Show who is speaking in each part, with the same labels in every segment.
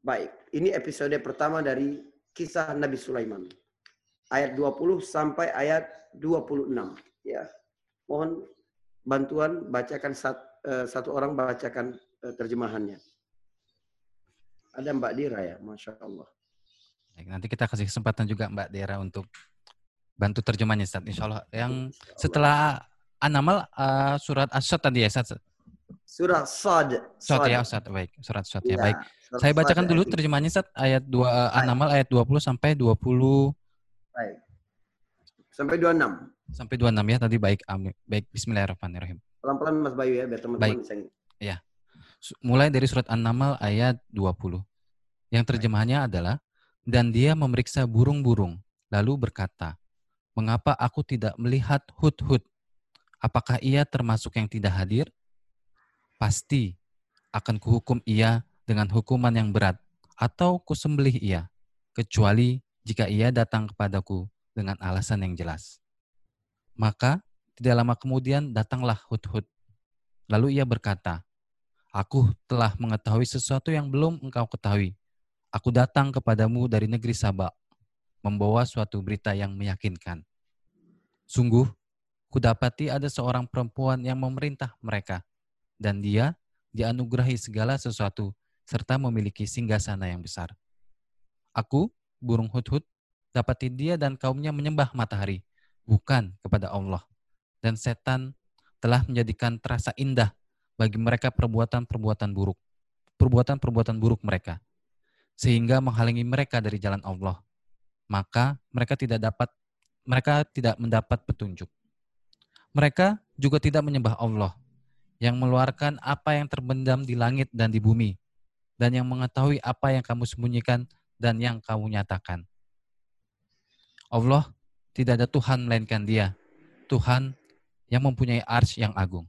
Speaker 1: Baik, ini episode pertama dari kisah Nabi Sulaiman. Ayat 20 sampai ayat 26. Ya. Mohon bantuan bacakan satu orang bacakan terjemahannya. Ada Mbak Dira ya, Masya Allah.
Speaker 2: Nanti kita kasih kesempatan juga Mbak Dera untuk bantu terjemahnya Ustaz. Insya Allah. Yang
Speaker 1: Insya Allah.
Speaker 2: setelah An-Naml surat As-Sad tadi ya Ustaz.
Speaker 1: Surah Sad.
Speaker 2: Sad ya Ustaz. Baik, surat Sad ya.
Speaker 1: Ya,
Speaker 2: Baik.
Speaker 1: surah
Speaker 2: Saya
Speaker 1: Sad
Speaker 2: bacakan dulu
Speaker 1: ayat 3.
Speaker 2: terjemahannya Ustaz, ayat 2
Speaker 1: Baik.
Speaker 2: An-Naml ayat 20 sampai 20
Speaker 1: Baik. Sampai 26.
Speaker 2: sampai 26 ya tadi. Baik. Amin. Baik, bismillahirrahmanirrahim.
Speaker 1: Pelan-pelan Mas Bayu ya biar teman-teman bisa.
Speaker 2: Ya. Mulai dari surat An-Naml ayat 20. Yang terjemahannya adalah, dan dia memeriksa burung-burung, lalu berkata, mengapa aku tidak melihat Hud-Hud? Apakah ia termasuk yang tidak hadir? Pasti akan kuhukum ia dengan hukuman yang berat, atau kusembelih ia, kecuali jika ia datang kepadaku dengan alasan yang jelas. Maka tidak lama kemudian datanglah Hud-Hud. Lalu ia berkata, aku telah mengetahui sesuatu yang belum engkau ketahui. Aku datang kepadamu dari negeri Saba, membawa suatu berita yang meyakinkan. Sungguh, kudapati ada seorang perempuan yang memerintah mereka, dan dia dianugerahi segala sesuatu, serta memiliki singgasana yang besar. Aku, burung Hud-Hud, dapati dia dan kaumnya menyembah matahari, bukan kepada Allah. Dan setan telah menjadikan terasa indah bagi mereka perbuatan-perbuatan buruk mereka, sehingga menghalangi mereka dari jalan Allah. Maka mereka tidak mendapat petunjuk. Mereka juga tidak menyembah Allah, yang mengeluarkan apa yang terbendam di langit dan di bumi, dan yang mengetahui apa yang kamu sembunyikan dan yang kamu nyatakan. Allah tidak ada Tuhan melainkan Dia, Tuhan yang mempunyai arsy yang agung.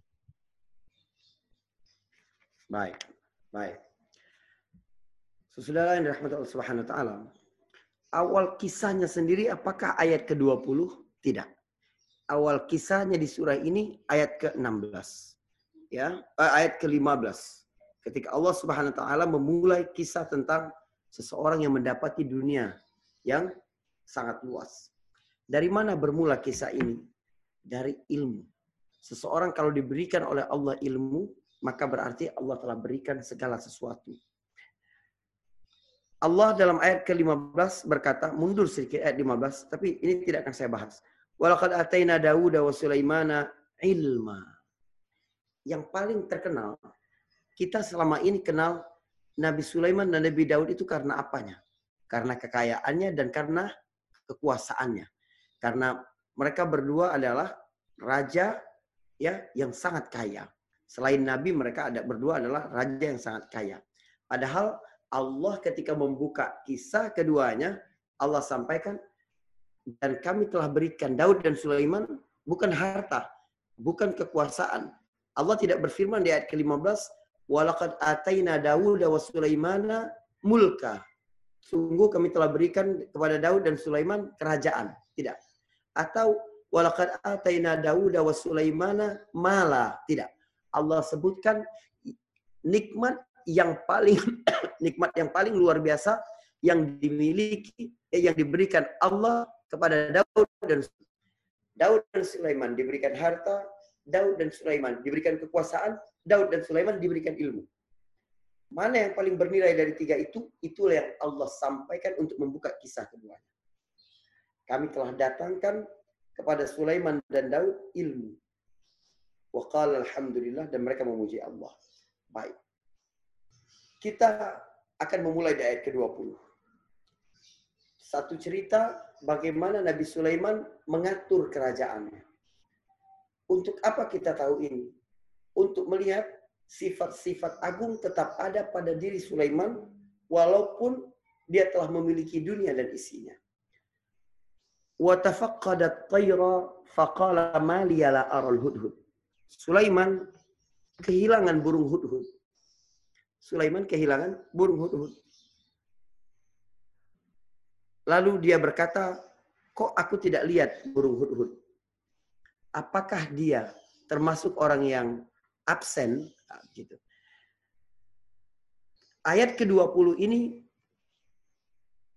Speaker 1: Baik, baik. Saudara yang dirahmati Allah Subhanahu wa taala. Awal kisahnya sendiri apakah ayat ke-20? Tidak. Awal kisahnya di surah ini ayat ke-16. Ya, ayat ke-15. Ketika Allah Subhanahu wa taala memulai kisah tentang seseorang yang mendapati dunia yang sangat luas. Dari mana bermula kisah ini? Dari ilmu. Seseorang kalau diberikan oleh Allah ilmu, maka berarti Allah telah berikan segala sesuatu. Allah dalam ayat ke-15 berkata, mundur sedikit ayat 15, tapi ini tidak akan saya bahas. Walaqad ataina Dawuda wa Sulaimana ilma. Yang paling terkenal, kita selama ini kenal Nabi Sulaiman dan Nabi Daud itu karena apanya? Karena kekayaannya dan karena kekuasaannya. Karena mereka berdua adalah raja ya yang sangat kaya. Selain Nabi, mereka berdua adalah raja yang sangat kaya. Padahal Allah ketika membuka kisah keduanya, Allah sampaikan, dan kami telah berikan Daud dan Sulaiman bukan harta, bukan kekuasaan. Allah tidak berfirman di ayat ke-15, walaqad ataina Dawuda wa Sulaimana mulka. Sungguh kami telah berikan kepada Daud dan Sulaiman kerajaan. Tidak. Atau walaqad ataina Dawuda wa Sulaimana mala. Tidak. Allah sebutkan nikmat yang paling luar biasa yang dimiliki, yang diberikan Allah kepada Daud dan Sulaiman diberikan harta, Daud dan Sulaiman diberikan kekuasaan, Daud dan Sulaiman diberikan ilmu. Mana yang paling bernilai dari tiga itu? Itulah yang Allah sampaikan untuk membuka kisah keduanya. Kami telah datangkan kepada Sulaiman dan Daud ilmu. Wa qala alhamdulillah, dan mereka memuji Allah. Baik. Kita akan memulai di ayat ke-20. Satu cerita bagaimana Nabi Sulaiman mengatur kerajaannya. Untuk apa kita tahu ini? Untuk melihat sifat-sifat agung tetap ada pada diri Sulaiman walaupun dia telah memiliki dunia dan isinya. Wa tafaqqadat tayra faqala ma liya la aral hudhud. Sulaiman kehilangan burung hudhud. Sulaiman kehilangan burung hudhud. Lalu dia berkata, kok aku tidak lihat burung hudhud? Apakah dia termasuk orang yang absen? Gitu. Ayat ke-20 ini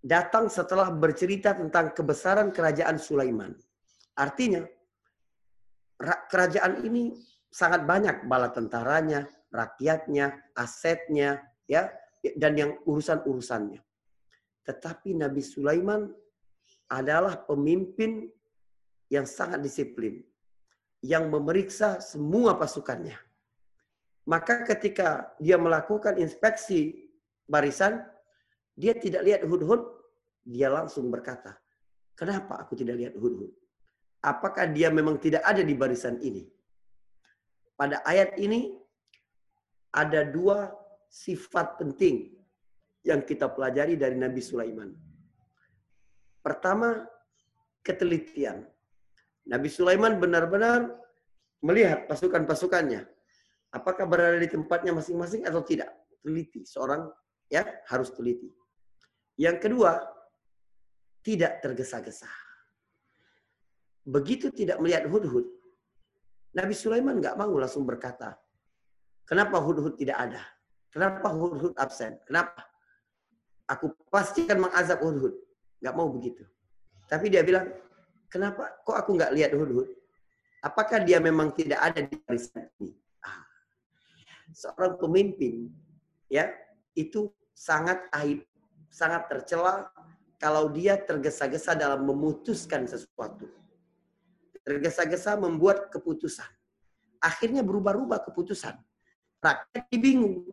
Speaker 1: datang setelah bercerita tentang kebesaran kerajaan Sulaiman. Artinya, kerajaan ini sangat banyak bala tentaranya, rakyatnya, asetnya, ya, dan yang urusan-urusannya. Tetapi Nabi Sulaiman adalah pemimpin yang sangat disiplin, yang memeriksa semua pasukannya. Maka ketika dia melakukan inspeksi barisan, dia tidak lihat hudhud, dia langsung berkata, kenapa aku tidak lihat hudhud? Apakah dia memang tidak ada di barisan ini? Pada ayat ini ada dua sifat penting yang kita pelajari dari Nabi Sulaiman. Pertama, ketelitian. Nabi Sulaiman benar-benar melihat pasukan-pasukannya. Apakah berada di tempatnya masing-masing atau tidak? Teliti. Seorang ya harus teliti. Yang kedua, tidak tergesa-gesa. Begitu tidak melihat hudhud, Nabi Sulaiman nggak mau langsung berkata, kenapa hudhud tidak ada? Kenapa hudhud absen? Kenapa? Aku pasti akan mengazab hudhud. Nggak mau begitu. Tapi dia bilang, kenapa kok aku nggak lihat hudhud? Apakah dia memang tidak ada di barisan ini? Seorang pemimpin ya itu sangat aib, sangat tercela kalau dia tergesa-gesa dalam memutuskan sesuatu. Tergesa-gesa membuat keputusan. Akhirnya berubah-ubah keputusan. Rakyat bingung.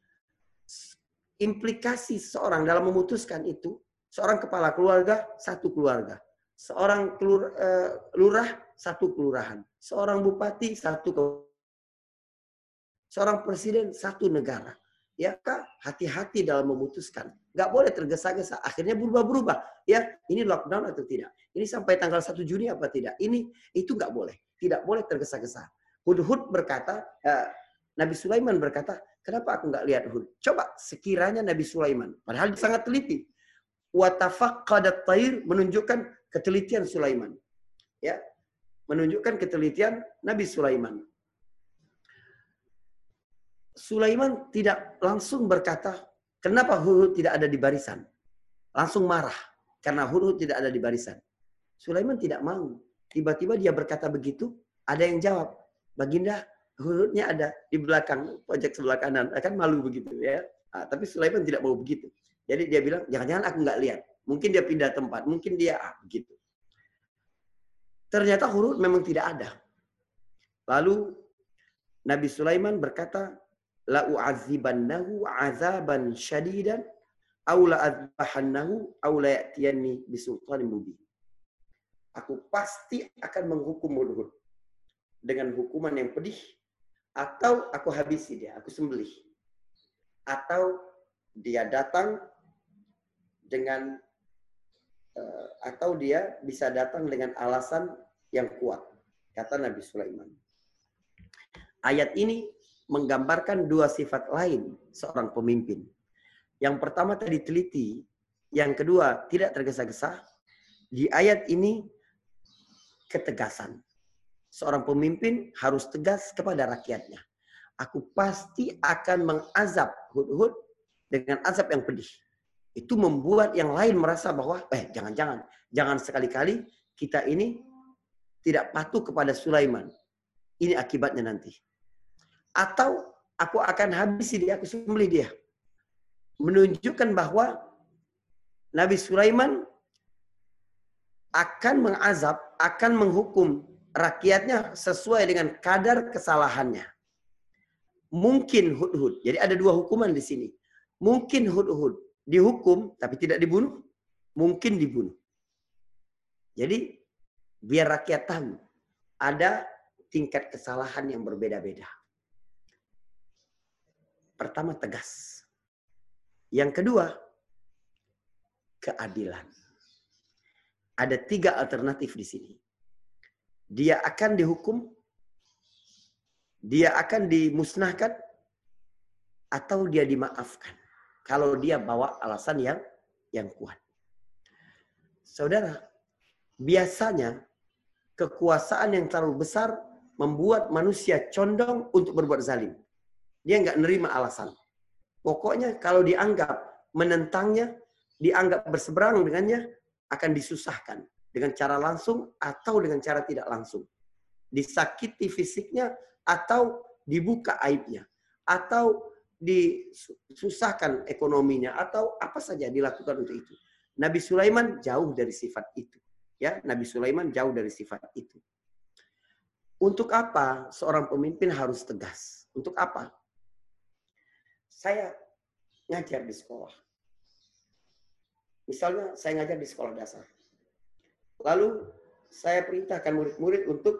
Speaker 1: Implikasi seorang dalam memutuskan itu, seorang kepala keluarga, satu keluarga. Seorang lurah, satu kelurahan. Seorang bupati, satu seorang presiden, satu negara. Ya, hati-hati dalam memutuskan. Nggak boleh tergesa-gesa. Akhirnya berubah-berubah. Ya, ini lockdown atau tidak? Ini sampai tanggal 1 Juni apa tidak? Itu nggak boleh. Tidak boleh tergesa-gesa. Hudhud berkata, Nabi Sulaiman berkata, kenapa aku nggak lihat hudhud? Coba sekiranya Nabi Sulaiman, padahal dia sangat teliti. Watafaqqadat tayr menunjukkan ketelitian Sulaiman. Ya, menunjukkan ketelitian Nabi Sulaiman. Sulaiman tidak langsung berkata, kenapa hudhud tidak ada di barisan? Langsung marah karena hudhud tidak ada di barisan. Sulaiman tidak mau. Tiba-tiba dia berkata begitu, ada yang jawab, Baginda, hudhudnya ada di belakang, pojok sebelah kanan. Akan malu begitu ya. Tapi Sulaiman tidak mau begitu. Jadi dia bilang, jangan-jangan aku nggak lihat. Mungkin dia pindah tempat, mungkin dia begitu. Ternyata hudhud memang tidak ada. Lalu Nabi Sulaiman berkata, la u'adzibannahu 'adzaban syadidan aw la adbahannahu aw la ya'tiyanni bisultanin mubin. Aku pasti akan menghukum hudhud dengan hukuman yang pedih, atau aku habisi dia, aku sembelih. Atau dia datang dengan atau dia bisa datang dengan alasan yang kuat, kata Nabi Sulaiman. Ayat ini menggambarkan dua sifat lain seorang pemimpin. Yang pertama tadi teliti, yang kedua tidak tergesa-gesa. Di ayat ini ketegasan. Seorang pemimpin harus tegas kepada rakyatnya. Aku pasti akan mengazab hudhud dengan azab yang pedih. Itu membuat yang lain merasa bahwa jangan sekali-kali kita ini tidak patuh kepada Sulaiman. Ini akibatnya nanti. Atau aku akan habisi dia, aku sembelih dia. Menunjukkan bahwa Nabi Sulaiman akan mengazab, akan menghukum rakyatnya sesuai dengan kadar kesalahannya. Mungkin hudhud. Jadi ada dua hukuman di sini. Mungkin hudhud dihukum tapi tidak dibunuh. Mungkin dibunuh. Jadi biar rakyat tahu ada tingkat kesalahan yang berbeda-beda. Pertama tegas. Yang kedua keadilan. Ada 3 alternatif di sini. Dia akan dihukum, dia akan dimusnahkan, atau dia dimaafkan. Kalau dia bawa alasan yang kuat. Saudara, biasanya kekuasaan yang terlalu besar membuat manusia condong untuk berbuat zalim. Dia nggak nerima alasan. Pokoknya kalau dianggap menentangnya, dianggap berseberang dengannya akan disusahkan dengan cara langsung atau dengan cara tidak langsung. Disakiti fisiknya atau dibuka aibnya atau disusahkan ekonominya atau apa saja dilakukan untuk itu. Nabi Sulaiman jauh dari sifat itu. Ya, Nabi Sulaiman jauh dari sifat itu. Untuk apa seorang pemimpin harus tegas? Untuk apa? Saya ngajar di sekolah. Misalnya saya ngajar di sekolah dasar. Lalu saya perintahkan murid-murid untuk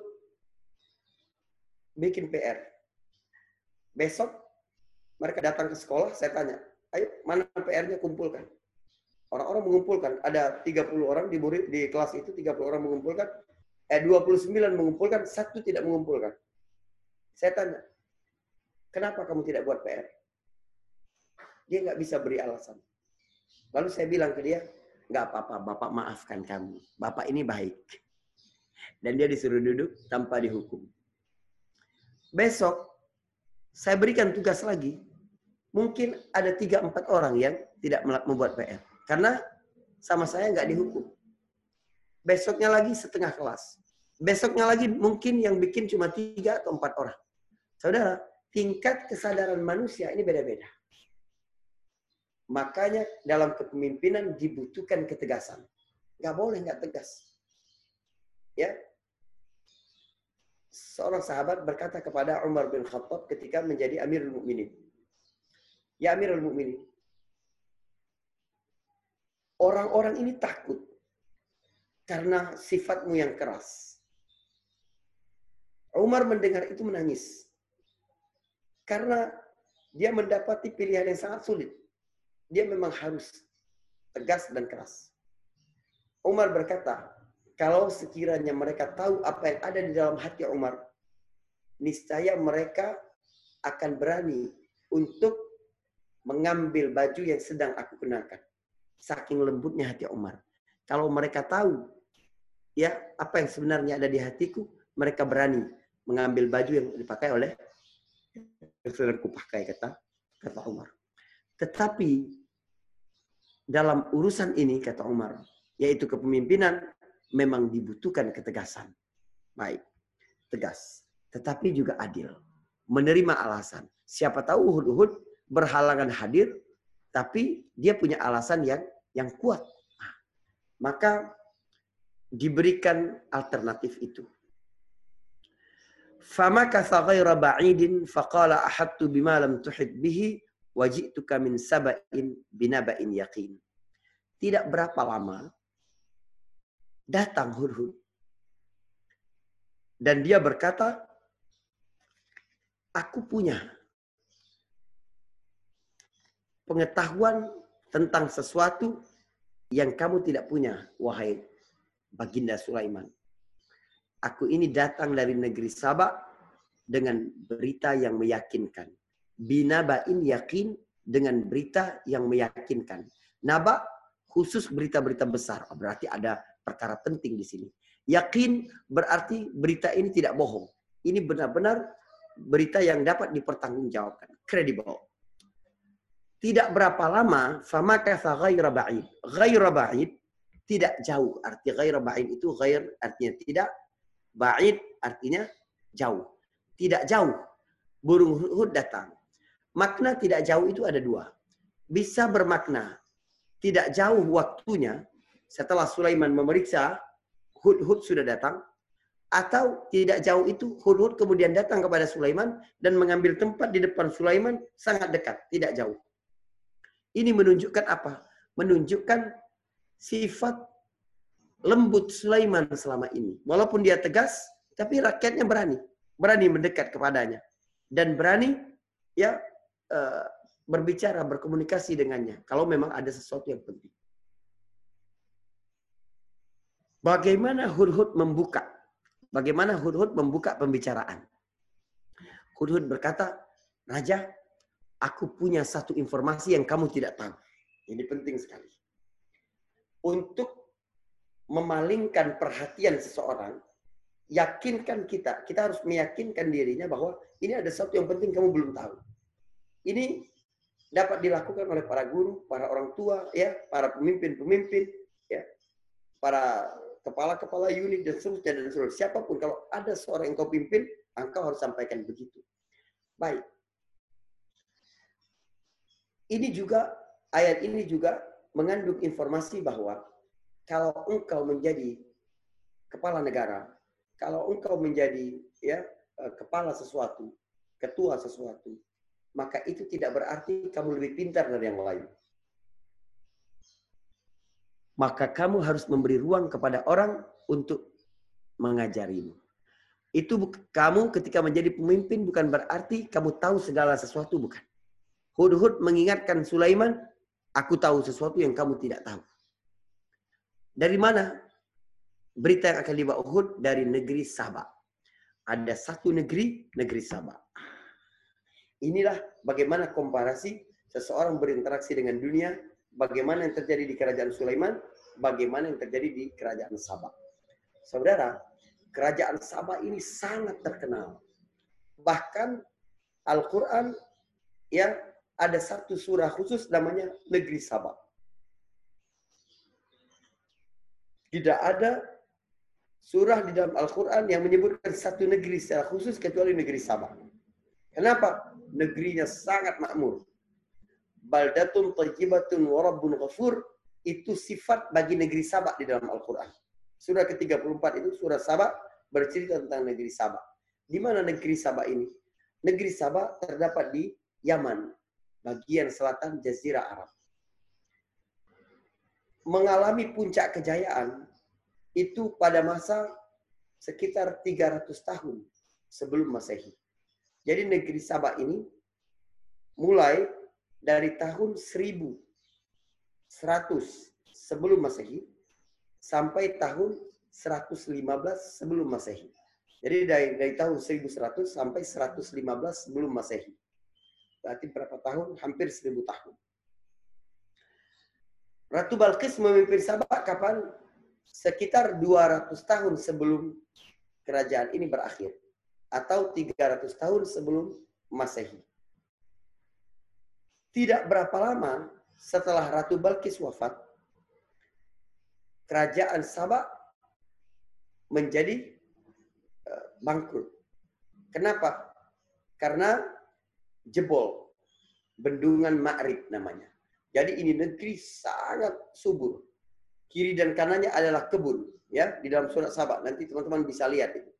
Speaker 1: bikin PR. Besok mereka datang ke sekolah, saya tanya, ayo mana PR-nya, kumpulkan. Orang-orang mengumpulkan, ada 30 orang di kelas itu, 30 orang mengumpulkan, 29 mengumpulkan, 1 tidak mengumpulkan. Saya tanya, kenapa kamu tidak buat PR? Dia nggak bisa beri alasan. Lalu saya bilang ke dia, nggak apa-apa, Bapak maafkan kamu. Bapak ini baik. Dan dia disuruh duduk tanpa dihukum. Besok, saya berikan tugas lagi. Mungkin ada 3-4 orang yang tidak membuat PR. Karena sama saya nggak dihukum. Besoknya lagi setengah kelas. Besoknya lagi mungkin yang bikin cuma 3 atau 4 orang. Saudara, tingkat kesadaran manusia ini beda-beda. Makanya dalam kepemimpinan dibutuhkan ketegasan. Nggak boleh nggak tegas. Ya. Seorang sahabat berkata kepada Umar bin Khattab ketika menjadi Amirul Mukminin. Ya Amirul Mukminin. Orang-orang ini takut karena sifatmu yang keras. Umar mendengar itu menangis. Karena dia mendapati pilihan yang sangat sulit. Dia memang harus tegas dan keras. Umar berkata, kalau sekiranya mereka tahu apa yang ada di dalam hati Umar, niscaya mereka akan berani untuk mengambil baju yang sedang aku kenakan. Saking lembutnya hati Umar. Kalau mereka tahu ya apa yang sebenarnya ada di hatiku, mereka berani mengambil baju yang dipakai oleh yang sedang kupakai, kata Umar. Tetapi dalam urusan ini, kata Umar, yaitu kepemimpinan, memang dibutuhkan ketegasan. Baik, tegas. Tetapi juga adil. Menerima alasan. Siapa tahu Uhud berhalangan hadir, tapi dia punya alasan yang kuat. Nah, maka diberikan alternatif itu. فَمَكَثَ غَيْرَ بَعِيدٍ فَقَالَ أَحَدْتُ بِمَا لَمْ تُحِطْ بِهِ وَجِئْتُكَ مِنْ سَبَإٍ بِنَبَإٍ يَقِينٍ. Tidak berapa lama datang Hudhud dan dia berkata, aku punya pengetahuan tentang sesuatu yang kamu tidak punya, wahai Baginda Sulaiman. Aku ini datang dari negeri Sabak dengan berita yang meyakinkan. Binaba'in yakin, dengan berita yang meyakinkan. Naba khusus berita-berita besar. Berarti ada perkara penting di sini. Yakin berarti berita ini tidak bohong. Ini benar-benar berita yang dapat dipertanggungjawabkan. Kredibel. Tidak berapa lama, famakatha ghaira ba'id. Ghaira ba'id, tidak jauh. Arti ghaira ba'id itu ghair artinya tidak. Ba'id artinya jauh. Tidak jauh. Burung Hudhud datang. Makna tidak jauh itu ada 2. Bisa bermakna tidak jauh waktunya setelah Sulaiman memeriksa Hudhud sudah datang. Atau tidak jauh itu Hudhud kemudian datang kepada Sulaiman dan mengambil tempat di depan Sulaiman sangat dekat. Tidak jauh. Ini menunjukkan apa? Menunjukkan sifat lembut Sulaiman selama ini. Walaupun dia tegas, tapi rakyatnya berani. Berani mendekat kepadanya. Dan berani ya berbicara, berkomunikasi dengannya. Kalau memang ada sesuatu yang penting. Bagaimana Hudhud membuka? Bagaimana Hudhud membuka pembicaraan? Hudhud berkata, Raja, aku punya satu informasi yang kamu tidak tahu. Ini penting sekali. Untuk memalingkan perhatian seseorang, yakinkan kita harus meyakinkan dirinya bahwa ini ada sesuatu yang penting kamu belum tahu. Ini dapat dilakukan oleh para guru, para orang tua, ya, para pemimpin-pemimpin, ya, para kepala-kepala unit dan seterusnya. Siapapun, kalau ada seorang yang kau pimpin, engkau harus sampaikan begitu. Baik. Ini juga, ayat ini juga mengandung informasi bahwa kalau engkau menjadi kepala negara, kalau engkau menjadi kepala sesuatu, ketua sesuatu, maka itu tidak berarti kamu lebih pintar dari yang lain. Maka kamu harus memberi ruang kepada orang untuk mengajarimu. Itu kamu ketika menjadi pemimpin bukan berarti kamu tahu segala sesuatu, bukan. Hudhud mengingatkan Sulaiman, aku tahu sesuatu yang kamu tidak tahu. Dari mana berita yang akan dibawa Hud? Dari negeri Saba. Ada satu negeri, negeri Saba. Inilah bagaimana komparasi seseorang berinteraksi dengan dunia, bagaimana yang terjadi di kerajaan Sulaiman, bagaimana yang terjadi di kerajaan Saba. Saudara, kerajaan Saba ini sangat terkenal. Bahkan Al-Quran yang ada satu surah khusus namanya negeri Saba. Tidak ada surah di dalam Al-Quran yang menyebutkan satu negeri secara khusus kecuali negeri Saba. Kenapa? Negerinya sangat makmur. Baldatun thayyibatun wa rabbun ghafur, itu sifat bagi negeri Saba di dalam Al-Quran. Surah ke-34 itu surah Saba bercerita tentang negeri Saba. Di mana negeri Saba ini? Negeri Saba terdapat di Yaman, bagian selatan Jazirah Arab. Mengalami puncak kejayaan itu pada masa sekitar 300 tahun sebelum Masehi. Jadi negeri Saba ini mulai dari tahun 1100 sebelum Masehi sampai tahun 115 sebelum Masehi. Jadi dari tahun 1100 sampai 115 sebelum Masehi. Berarti berapa tahun? Hampir 1000 tahun. Ratu Balqis memimpin Sabah kapan? Sekitar 200 tahun sebelum kerajaan ini berakhir. Atau 300 tahun sebelum Masehi. Tidak berapa lama setelah Ratu Balqis wafat, kerajaan Sabah menjadi bangkrut. Kenapa? Karena jebol. Bendungan Ma'rib namanya. Jadi ini negeri sangat subur. Kiri dan kanannya adalah kebun. Ya, di dalam surat Saba. Nanti teman-teman bisa lihat itu.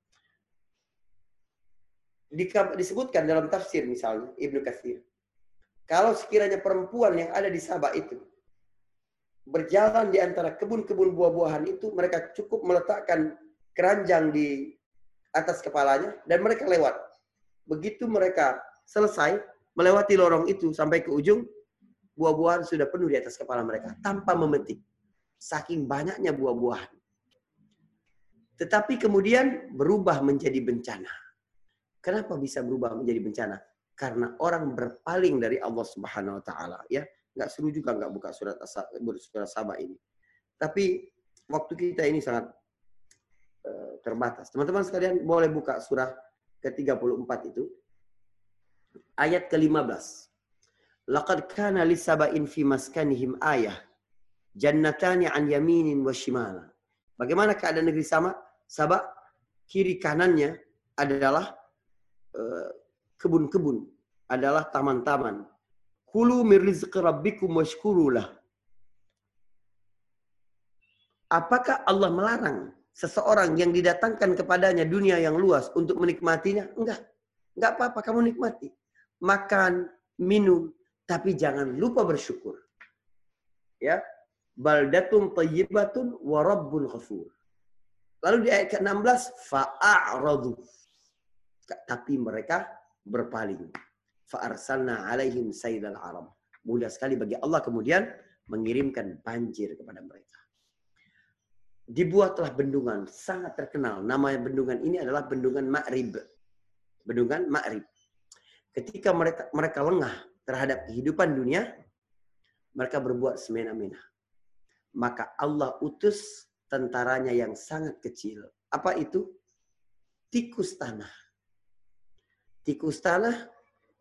Speaker 1: Disebutkan dalam tafsir misalnya, Ibnu Katsir. Kalau sekiranya perempuan yang ada di Saba itu berjalan di antara kebun-kebun buah-buahan itu, mereka cukup meletakkan keranjang di atas kepalanya dan mereka lewat. Begitu mereka selesai melewati lorong itu sampai ke ujung, buah-buahan sudah penuh di atas kepala mereka tanpa memetik. Saking banyaknya buah-buahan. Tetapi kemudian berubah menjadi bencana. Kenapa bisa berubah menjadi bencana? Karena orang berpaling dari Allah Subhanahu wa taala, ya. Nggak seru juga nggak buka surat Saba ini. Tapi waktu kita ini sangat terbatas. Teman-teman sekalian boleh buka surah ke-34 itu. Ayat ke-15. Laqad kana lisaba'in fi maskanihim ayah. Jannatani an yaminin wa shimala. Bagaimana keadaan negeri Saba? Kiri kanannya adalah kebun-kebun, adalah taman-taman. Kulu min rizqi rabbikum washkurulah. Apakah Allah melarang seseorang yang didatangkan kepadanya dunia yang luas untuk menikmatinya? Enggak. Enggak apa-apa kamu nikmati. Makan, minum, tapi jangan lupa bersyukur. Ya. Baldatun thayyibatun wa rabbun ghafur. Lalu di ayat ke-16 fa'a'radu. Tapi mereka berpaling. Fa'arsalna 'alaihim saylal 'aram. Mudah sekali bagi Allah kemudian mengirimkan banjir kepada mereka. Dibuatlah bendungan sangat terkenal. Nama bendungan ini adalah bendungan Ma'rib. Bendungan Ma'rib. Ketika mereka lengah terhadap kehidupan dunia, mereka berbuat semena-mena. Maka Allah utus tentaranya yang sangat kecil. Apa itu? Tikus tanah. Tikus tanah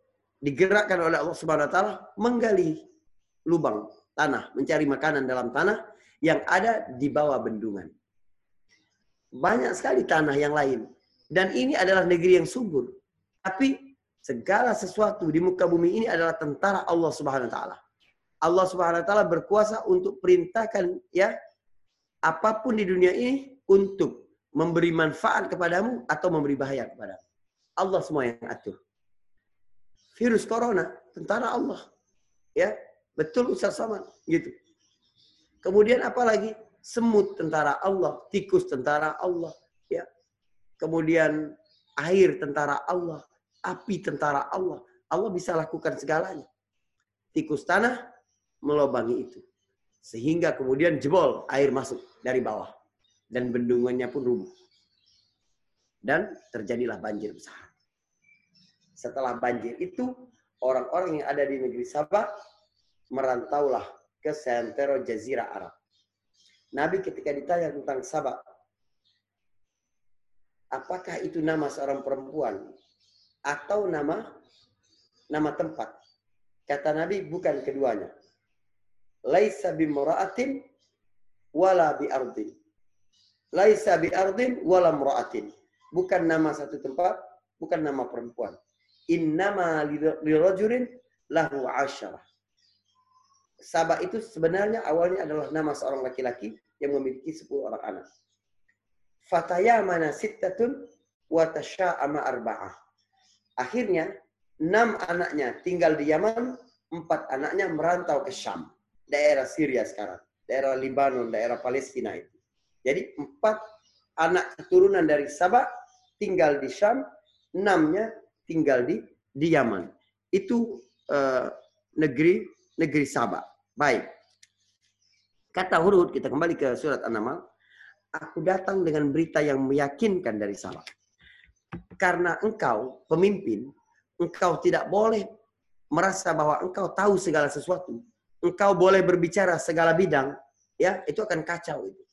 Speaker 1: digerakkan oleh Allah Subhanahu wa taala menggali lubang tanah, mencari makanan dalam tanah yang ada di bawah bendungan. Banyak sekali tanah yang lain. Dan ini adalah negeri yang subur. Tapi segala sesuatu di muka bumi ini adalah tentara Allah Subhanahu wa taala. Allah Subhanahu wa taala berkuasa untuk perintahkan ya apapun di dunia ini untuk memberi manfaat kepadamu atau memberi bahaya kepadamu. Allah semua yang atur. Virus corona, tentara Allah. Ya, betul Ustaz Somad, gitu. Kemudian apa lagi? Semut tentara Allah, tikus tentara Allah, ya. Kemudian air tentara Allah, api tentara Allah. Allah bisa lakukan segalanya. Tikus tanah melobangi itu. Sehingga kemudian jebol, air masuk dari bawah. Dan bendungannya pun rubuh. Dan terjadilah banjir besar. Setelah banjir itu, orang-orang yang ada di negeri Sabah merantaulah ke seantero Jazirah Arab. Nabi ketika ditanya tentang Sabah, apakah itu nama seorang perempuan atau nama tempat? Kata Nabi, bukan keduanya. Laisa bimra'atin wala bi'ardin. Laisa bi'ardin wala mra'atin. Bukan nama satu tempat, bukan nama perempuan. Innama lirajulin lahu 'asyarah. Sabah itu sebenarnya awalnya adalah nama seorang laki-laki yang memiliki 10 orang anak. Fatayamana sittatun wa tasha'ama arba'ah. Akhirnya 6 anaknya tinggal di Yaman, 4 anaknya merantau ke Syam, daerah Syria sekarang, daerah Libanon, daerah Palestina itu. Jadi 4 anak keturunan dari Sabah tinggal di Syam, 6-nya tinggal di Yaman. Itu negeri Sabah. Baik. Kata Hudhud, kita kembali ke surat An-Naml. Aku datang dengan berita yang meyakinkan dari Sabah. Karena engkau pemimpin, engkau tidak boleh merasa bahwa engkau tahu segala sesuatu. Engkau boleh berbicara segala bidang, ya, itu akan kacau itu.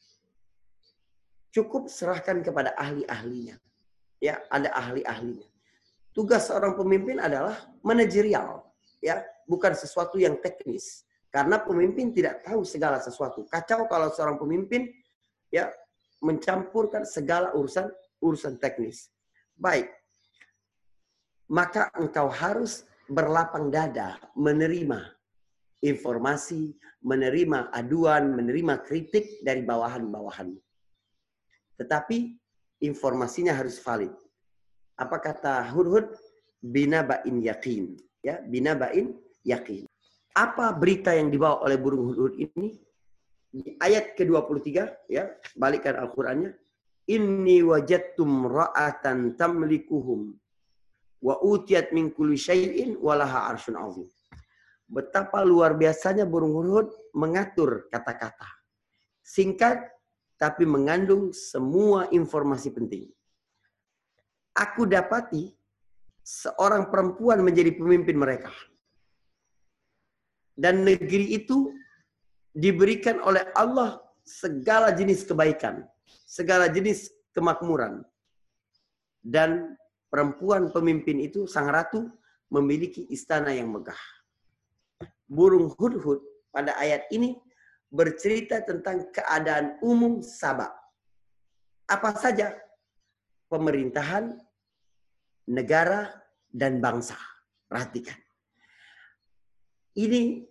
Speaker 1: Cukup serahkan kepada ahli-ahlinya. Ya, ada ahli-ahlinya. Tugas seorang pemimpin adalah manajerial, ya, bukan sesuatu yang teknis. Karena pemimpin tidak tahu segala sesuatu. Kacau kalau seorang pemimpin ya mencampurkan segala urusan teknis. Baik. Maka engkau harus berlapang dada menerima informasi, menerima aduan, menerima kritik dari bawahan-bawahanmu. Tetapi informasinya harus valid. Apa kata Hudhud? Bina ba'in yakin. Ya, bina ba'in yakin. Apa berita yang dibawa oleh burung hudhud ini? Di ayat ke-23, ya, balikkan Al-Qur'annya. Inni wajadtum ra'atan tamlikuhum wa utiyat min kulli syai'in wa laha 'arsyun 'azim. Betapa luar biasanya burung hudhud mengatur kata-kata. Singkat tapi mengandung semua informasi penting. Aku dapati seorang perempuan menjadi pemimpin mereka. Dan negeri itu diberikan oleh Allah segala jenis kebaikan, segala jenis kemakmuran. Dan perempuan pemimpin itu, sang ratu, memiliki istana yang megah. Burung hudhud pada ayat ini bercerita tentang keadaan umum Sabah. Apa saja? Pemerintahan, negara, dan bangsa. Perhatikan. Ini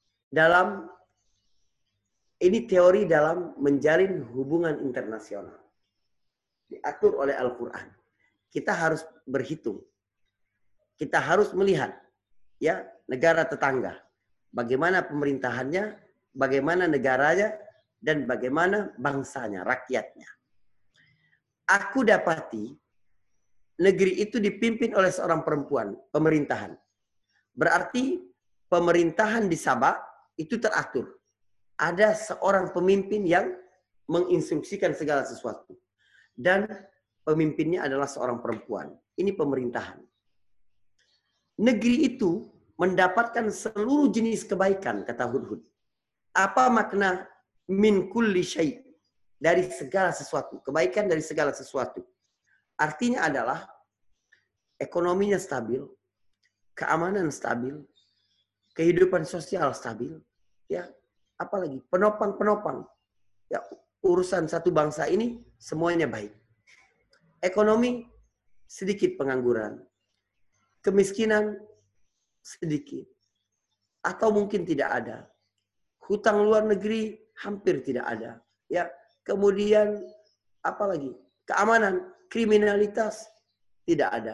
Speaker 1: teori dalam menjalin hubungan internasional. Diatur oleh Al-Quran. Kita harus berhitung. Kita harus melihat ya negara tetangga. Bagaimana pemerintahannya, bagaimana negaranya, dan bagaimana bangsanya, rakyatnya. Aku dapati negeri itu dipimpin oleh seorang perempuan, pemerintahan. Berarti pemerintahan di Sabah itu teratur. Ada seorang pemimpin yang menginstruksikan segala sesuatu. Dan pemimpinnya adalah seorang perempuan. Ini pemerintahan. Negeri itu mendapatkan seluruh jenis kebaikan, kata Hudhud. Apa makna min kulli syai'? Dari segala sesuatu. Kebaikan dari segala sesuatu. Artinya adalah ekonominya stabil, keamanan stabil, kehidupan sosial stabil, ya, apalagi penopang-penopang. Ya, urusan satu bangsa ini semuanya baik. Ekonomi sedikit pengangguran, kemiskinan sedikit, atau mungkin tidak ada. Hutang luar negeri hampir tidak ada. Ya, kemudian apalagi? Keamanan, kriminalitas tidak ada.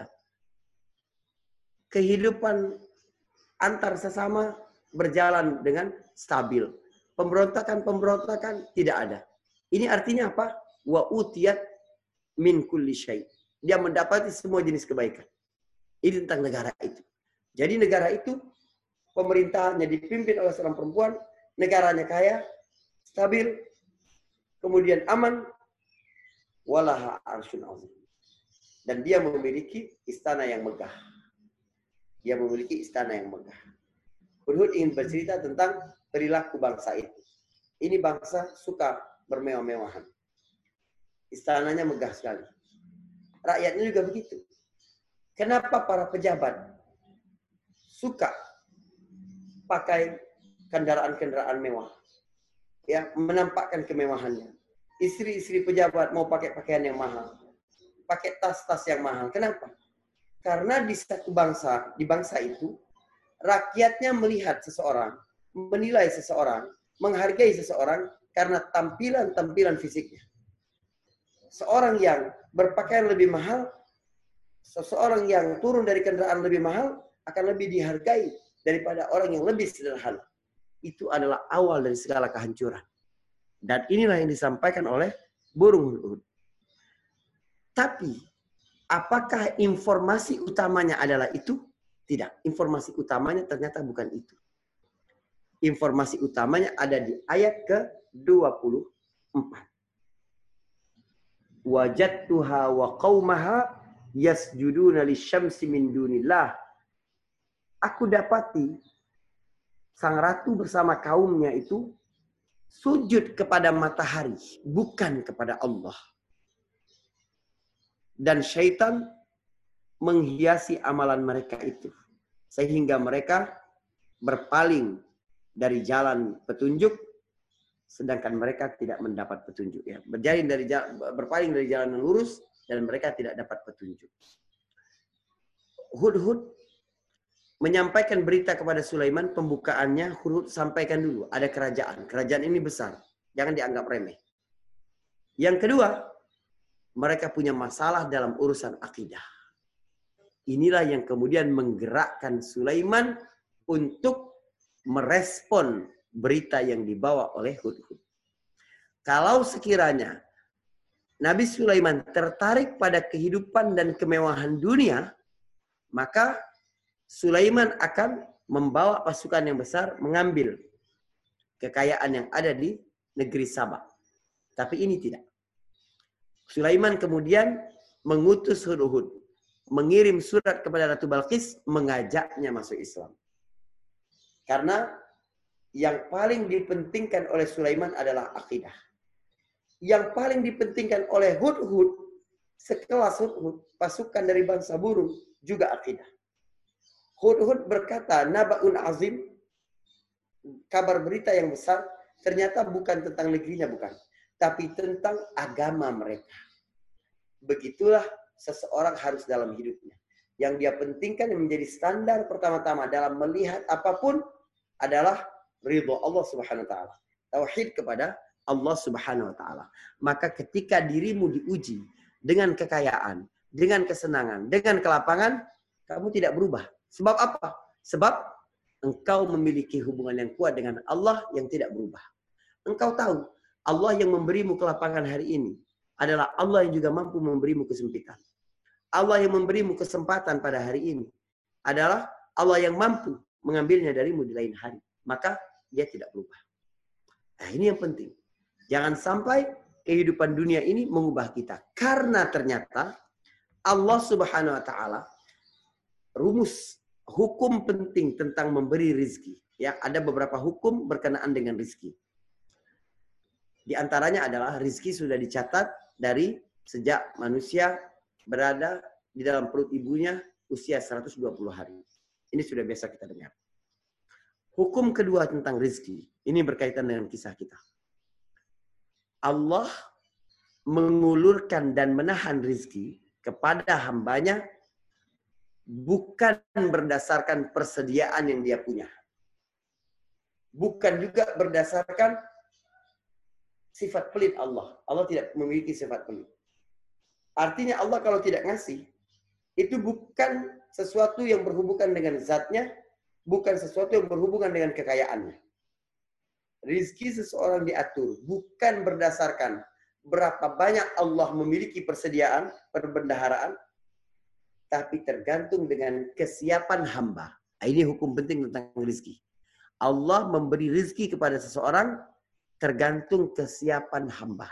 Speaker 1: Kehidupan antar sesama berjalan dengan stabil. Pemberontakan tidak ada. Ini artinya apa? Wa utiyat min kulli syai'. Dia mendapati semua jenis kebaikan. Ini tentang negara itu. Jadi negara itu pemerintahannya dipimpin oleh seorang perempuan, negaranya kaya, stabil, kemudian aman, walaha arsyun azim. Dan dia memiliki istana yang megah. Dia memiliki istana yang megah. Hudhud ingin bercerita tentang perilaku bangsa itu. Ini bangsa suka bermewah-mewahan. Istananya megah sekali. Rakyatnya juga begitu. Kenapa para pejabat suka pakai kendaraan-kendaraan mewah? Ya, menampakkan kemewahannya. Istri-istri pejabat mau pakai pakaian yang mahal. Pakai tas-tas yang mahal. Kenapa? Karena di satu bangsa, di bangsa itu, rakyatnya melihat seseorang, menilai seseorang, menghargai seseorang karena tampilan-tampilan fisiknya. Seorang yang berpakaian lebih mahal, seseorang yang turun dari kendaraan lebih mahal, akan lebih dihargai daripada orang yang lebih sederhana. Itu adalah awal dari segala kehancuran. Dan inilah yang disampaikan oleh burung hudhud. Tapi, apakah informasi utamanya adalah itu? Tidak. Informasi utamanya ternyata bukan itu. Informasi utamanya ada di ayat ke-24. Wajadtuha wa qaumaha yasjuduna lisyamsi min dunillah. Aku dapati sang ratu bersama kaumnya itu sujud kepada matahari, bukan kepada Allah. Dan syaitan menghiasi amalan mereka itu. Sehingga mereka berpaling dari jalan petunjuk, sedangkan mereka tidak mendapat petunjuk. Ya. Berpaling dari jalan yang lurus, dan mereka tidak dapat petunjuk. Hudhud menyampaikan berita kepada Sulaiman, pembukaannya Hudhud sampaikan dulu. Ada kerajaan. Kerajaan ini besar. Jangan dianggap remeh. Yang kedua, mereka punya masalah dalam urusan akidah. Inilah yang kemudian menggerakkan Sulaiman untuk merespon berita yang dibawa oleh Hudhud. Kalau sekiranya Nabi Sulaiman tertarik pada kehidupan dan kemewahan dunia, maka Sulaiman akan membawa pasukan yang besar mengambil kekayaan yang ada di negeri Sabah. Tapi ini tidak. Sulaiman kemudian mengutus Hudhud, mengirim surat kepada Ratu Balqis, mengajaknya masuk Islam. Karena yang paling dipentingkan oleh Sulaiman adalah akidah. Yang paling dipentingkan oleh Hudhud, sekelas Hudhud, pasukan dari bangsa burung, juga akidah. Hudhud berkata, naba'un azim, kabar berita yang besar, ternyata bukan tentang negerinya, bukan. Tapi tentang agama mereka. Begitulah seseorang harus dalam hidupnya. Yang dia pentingkan yang menjadi standar pertama-tama dalam melihat apapun adalah ridho Allah Subhanahu wa taala. Tauhid kepada Allah Subhanahu wa taala. Maka ketika dirimu diuji dengan kekayaan, dengan kesenangan, dengan kelapangan, kamu tidak berubah. Sebab apa? Sebab engkau memiliki hubungan yang kuat dengan Allah yang tidak berubah. Engkau tahu Allah yang memberimu kelapangan hari ini adalah Allah yang juga mampu memberimu kesempitan. Allah yang memberimu kesempatan pada hari ini adalah Allah yang mampu mengambilnya darimu di lain hari. Maka dia tidak berubah. Nah, ini yang penting. Jangan sampai kehidupan dunia ini mengubah kita. Karena ternyata Allah Subhanahu wa taala rumus hukum penting tentang memberi rizki. Ya, ada beberapa hukum berkenaan dengan rizki. Di antaranya adalah rizki sudah dicatat dari sejak manusia berada di dalam perut ibunya usia 120 hari. Ini sudah biasa kita dengar. Hukum kedua tentang rizki. Ini berkaitan dengan kisah kita. Allah mengulurkan dan menahan rizki kepada hambanya bukan berdasarkan persediaan yang dia punya. Bukan juga berdasarkan sifat pelit Allah. Allah tidak memiliki sifat pelit. Artinya Allah kalau tidak ngasih, itu bukan sesuatu yang berhubungan dengan zatnya, bukan sesuatu yang berhubungan dengan kekayaannya. Rizki seseorang diatur bukan berdasarkan berapa banyak Allah memiliki persediaan, perbendaharaan, tapi tergantung dengan kesiapan hamba. Ini hukum penting tentang rizki. Allah memberi rizki kepada seseorang tergantung kesiapan hamba.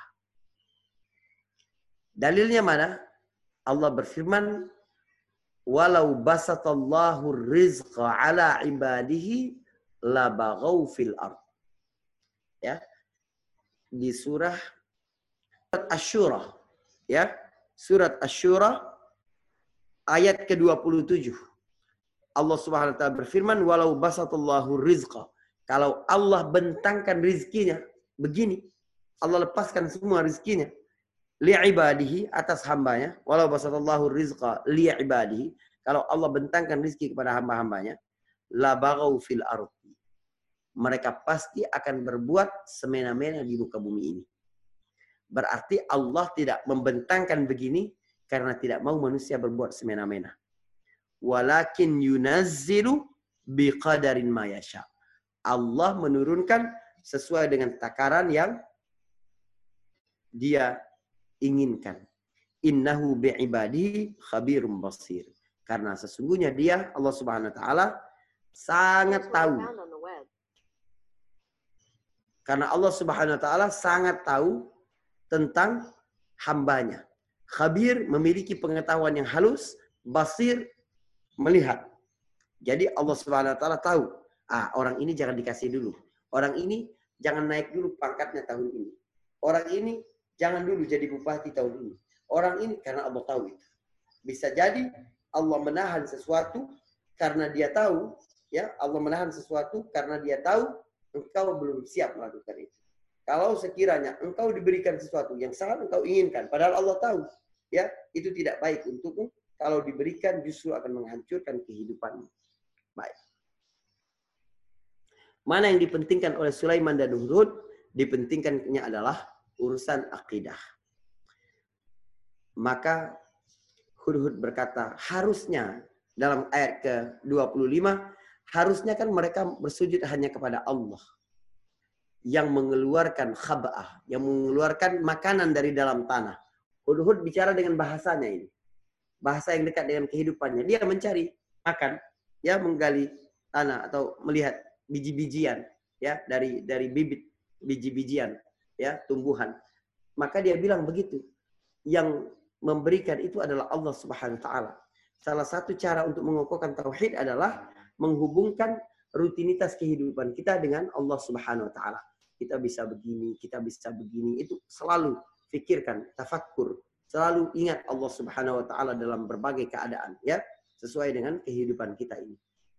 Speaker 1: Dalilnya mana? Allah berfirman, walau basatallahu rizqa ala ibadihi labaghaw fil ard. Ya. Di surah Asy-Syura, ya. Surat Asy-Syura ayat ke-27. Allah Subhanahu wa taala berfirman, walau basatallahu rizqa. Kalau Allah bentangkan rizkinya begini, Allah lepaskan semua rizkinya li'ibadihi atas hambanya, walau basatallahu rizqa li'ibadihi, kalau Allah bentangkan rizki kepada hamba-hambanya, la baghaw fil ardi. Mereka pasti akan berbuat semena-mena di muka bumi ini. Berarti Allah tidak membentangkan begini karena tidak mau manusia berbuat semena-mena. Walakin yunazzilu biqadarin ma yasha. Allah menurunkan sesuai dengan takaran yang dia inginkan. Innahu bi'ibadihi khabirum basir. Karena sesungguhnya dia, Allah Subhanahu wa taala, sangat tahu. Karena Allah Subhanahu wa taala sangat tahu tentang hambanya. Khabir memiliki pengetahuan yang halus, basir melihat. Jadi Allah Subhanahu wa taala tahu, orang ini jangan dikasih dulu. Orang ini jangan naik dulu pangkatnya tahun ini. Orang ini jangan dulu jadi bupati tahun ini. Orang ini, karena Allah tahu itu. Bisa jadi Allah menahan sesuatu karena dia tahu, ya, Allah menahan sesuatu karena dia tahu engkau belum siap melakukan itu. Kalau sekiranya engkau diberikan sesuatu yang sangat engkau inginkan, padahal Allah tahu, ya, itu tidak baik untukmu. Kalau diberikan justru akan menghancurkan kehidupanmu. Baik. Mana yang dipentingkan oleh Sulaiman dan Hudhud? Dipentingkannya adalah urusan akidah. Maka Hudhud berkata, harusnya dalam ayat ke-25, harusnya kan mereka bersujud hanya kepada Allah yang mengeluarkan khab'ah, yang mengeluarkan makanan dari dalam tanah. Hudhud bicara dengan bahasanya ini. Bahasa yang dekat dengan kehidupannya. Dia mencari makan, ya, menggali tanah atau melihat biji-bijian, ya, dari bibit biji-bijian, ya, tumbuhan. Maka dia bilang begitu. Yang memberikan itu adalah Allah Subhanahu wa taala. Salah satu cara untuk mengokohkan tauhid adalah menghubungkan rutinitas kehidupan kita dengan Allah Subhanahu wa taala. Kita bisa begini, kita bisa begini, itu selalu fikirkan, tafakkur, selalu ingat Allah Subhanahu wa taala dalam berbagai keadaan, ya, sesuai dengan kehidupan kita ini.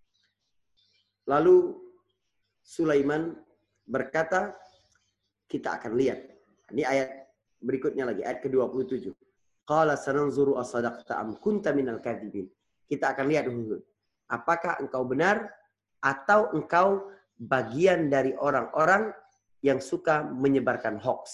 Speaker 1: Lalu Sulaiman berkata, kita akan lihat. Ini ayat berikutnya lagi, ayat ke-27. Qala sananzuru asadaqta am kunta minal kadhibin. Kita akan lihat dulu. Apakah engkau benar atau engkau bagian dari orang-orang yang suka menyebarkan hoax.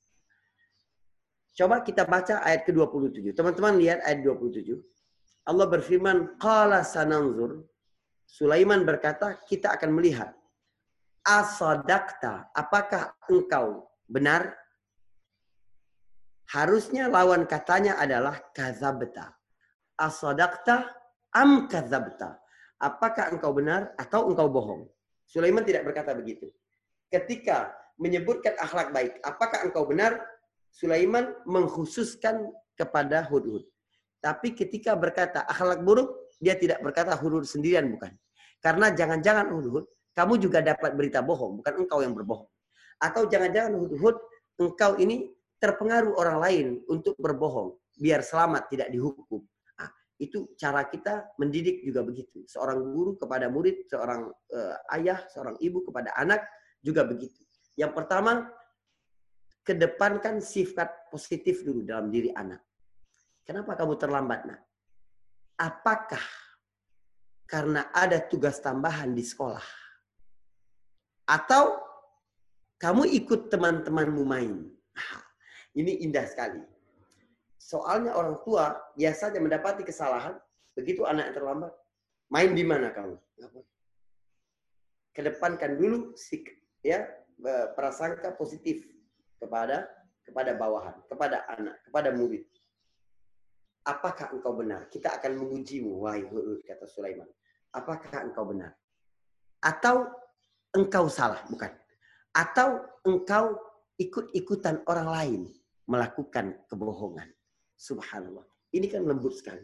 Speaker 1: Coba kita baca ayat ke-27. Teman-teman lihat ayat 27. Allah berfirman, qala sananzur. Sulaiman berkata, kita akan melihat. Asadaqta, apakah engkau benar? Harusnya lawan katanya adalah kadzabta. Asadaqta am kadzabta. Apakah engkau benar atau engkau bohong? Sulaiman tidak berkata begitu. Ketika menyebutkan akhlak baik, apakah engkau benar? Sulaiman mengkhususkan kepada Hudhud. Tapi ketika berkata akhlak buruk, dia tidak berkata Hudhud sendirian, bukan. Karena jangan-jangan Hudhud, kamu juga dapat berita bohong, bukan engkau yang berbohong. Atau jangan-jangan Hudhud, engkau ini terpengaruh orang lain untuk berbohong, biar selamat tidak dihukum. Nah, Itu cara kita mendidik juga begitu. Seorang guru kepada murid, seorang ayah, seorang ibu kepada anak juga begitu. Yang pertama, kedepankan sifat positif dulu dalam diri anak. Kenapa kamu terlambat, nak? Apakah karena ada tugas tambahan di sekolah? Atau kamu ikut teman-temanmu main? Ini indah sekali. Soalnya orang tua biasanya mendapati kesalahan, begitu anak yang terlambat, main di mana kamu? Kedepankan dulu ya prasangka positif kepada bawahan, kepada anak, kepada murid. Apakah engkau benar? Kita akan mengujimu, wahai Hud, kata Sulaiman. Apakah engkau benar? Atau engkau salah, bukan? Atau engkau ikut-ikutan orang lain melakukan kebohongan. Subhanallah. Ini kan lembut sekali.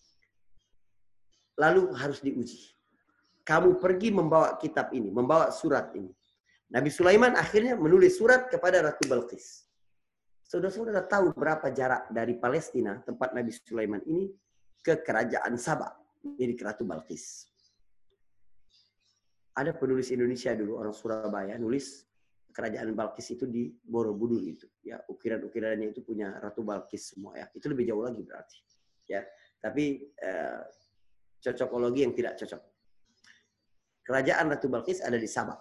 Speaker 1: Lalu harus diuji. Kamu pergi membawa kitab ini, membawa surat ini. Nabi Sulaiman akhirnya menulis surat kepada Ratu Balqis. Saudara-saudara tahu berapa jarak dari Palestina, tempat Nabi Sulaiman ini, ke kerajaan Sabah, milik Ratu Balqis. Ada penulis Indonesia dulu, orang Surabaya, nulis kerajaan Balqis itu di Borobudur itu. Ya, ukiran-ukirannya itu punya Ratu Balqis semua ya. Itu lebih jauh lagi berarti. Ya, tapi cocokologi yang tidak cocok. Kerajaan Ratu Balqis ada di Sabah.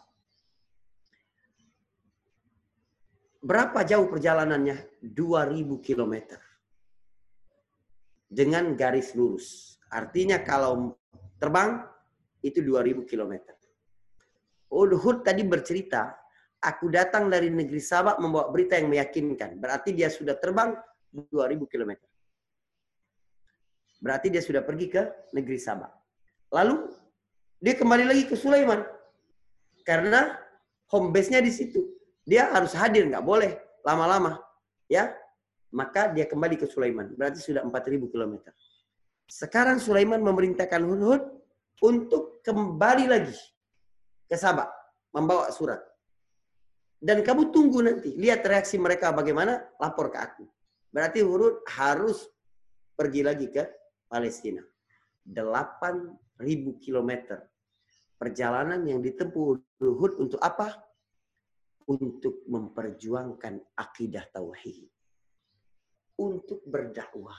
Speaker 1: Berapa jauh perjalanannya? 2000 km. Dengan garis lurus. Artinya kalau terbang itu 2000 km. Hud tadi bercerita, aku datang dari negeri Sabah membawa berita yang meyakinkan. Berarti dia sudah terbang 2000 km. Berarti dia sudah pergi ke negeri Sabah. Lalu dia kembali lagi ke Sulaiman. Karena home base-nya di situ. Dia harus hadir, nggak boleh lama-lama. Ya, maka dia kembali ke Sulaiman. Berarti sudah 4000 km. Sekarang Sulaiman memerintahkan Hud untuk kembali lagi ke Sabah. Membawa surat. Dan kamu tunggu nanti. Lihat reaksi mereka bagaimana, lapor ke aku. Berarti Hud harus pergi lagi ke Palestina. 8000 km. Perjalanan yang ditempuh Hud untuk apa? Untuk memperjuangkan akidah tauhid. Untuk berdakwah.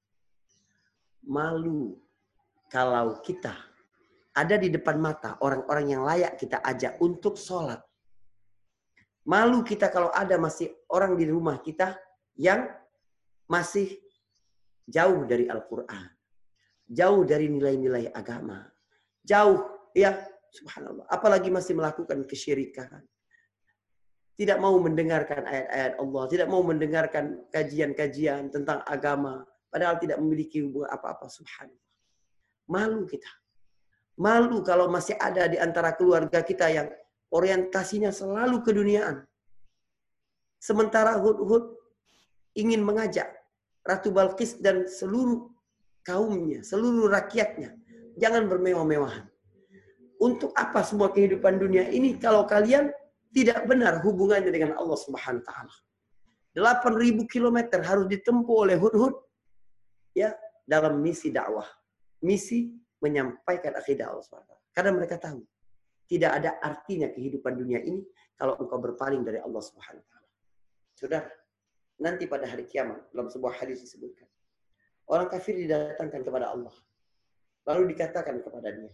Speaker 1: Malu kalau kita ada di depan mata orang-orang yang layak kita ajak untuk sholat. Malu kita kalau ada masih orang di rumah kita yang masih jauh dari Al-Quran. Jauh dari nilai-nilai agama. Jauh, ya subhanallah. Apalagi masih melakukan kesyirikan. Tidak mau mendengarkan ayat-ayat Allah. Tidak mau mendengarkan kajian-kajian tentang agama. Padahal tidak memiliki hubungan apa-apa. Subhanallah. Malu kita. Malu kalau masih ada di antara keluarga kita yang orientasinya selalu keduniaan. Sementara Hud ingin mengajak Ratu Balqis dan seluruh kaumnya, seluruh rakyatnya. Jangan bermewah-mewahan. Untuk apa semua kehidupan dunia ini kalau kalian tidak benar hubungannya dengan Allah Subhanahu wa taala. 8000 km harus ditempuh oleh Hud ya dalam misi dakwah. Misi menyampaikan akidah Allah Subhanahu wa taala. Karena mereka tahu tidak ada artinya kehidupan dunia ini kalau engkau berpaling dari Allah Subhanahu wa taala. Saudara, nanti pada hari kiamat dalam sebuah hadis disebutkan orang kafir didatangkan kepada Allah. Lalu dikatakan kepada dia,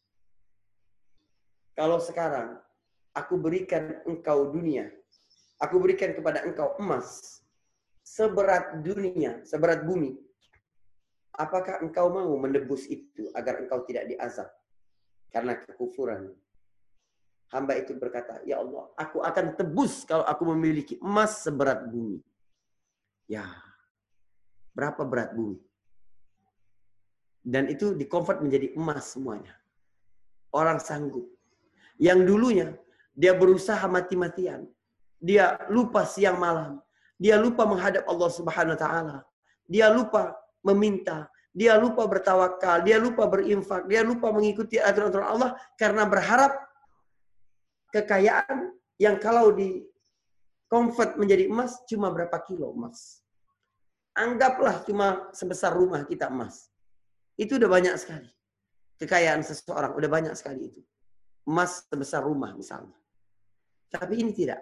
Speaker 1: kalau sekarang aku berikan engkau dunia, aku berikan kepada engkau emas seberat dunia, seberat bumi. Apakah engkau mau menebus itu agar engkau tidak diazab karena kekufuran? Hamba itu berkata, ya Allah, aku akan tebus kalau aku memiliki emas seberat bumi. Ya, berapa berat bumi? Dan itu dikonvert menjadi emas semuanya. Orang sanggup. Yang dulunya dia berusaha mati-matian. Dia lupa siang malam. Dia lupa menghadap Allah Subhanahu wa taala. Dia lupa meminta. Dia lupa bertawakal. Dia lupa berinfak. Dia lupa mengikuti aturan-aturan Allah karena berharap kekayaan yang kalau di convert menjadi emas cuma berapa kilo emas. Anggaplah cuma sebesar rumah kita emas. Itu udah banyak sekali. Kekayaan seseorang udah banyak sekali itu. Emas sebesar rumah misalnya. Tapi ini tidak.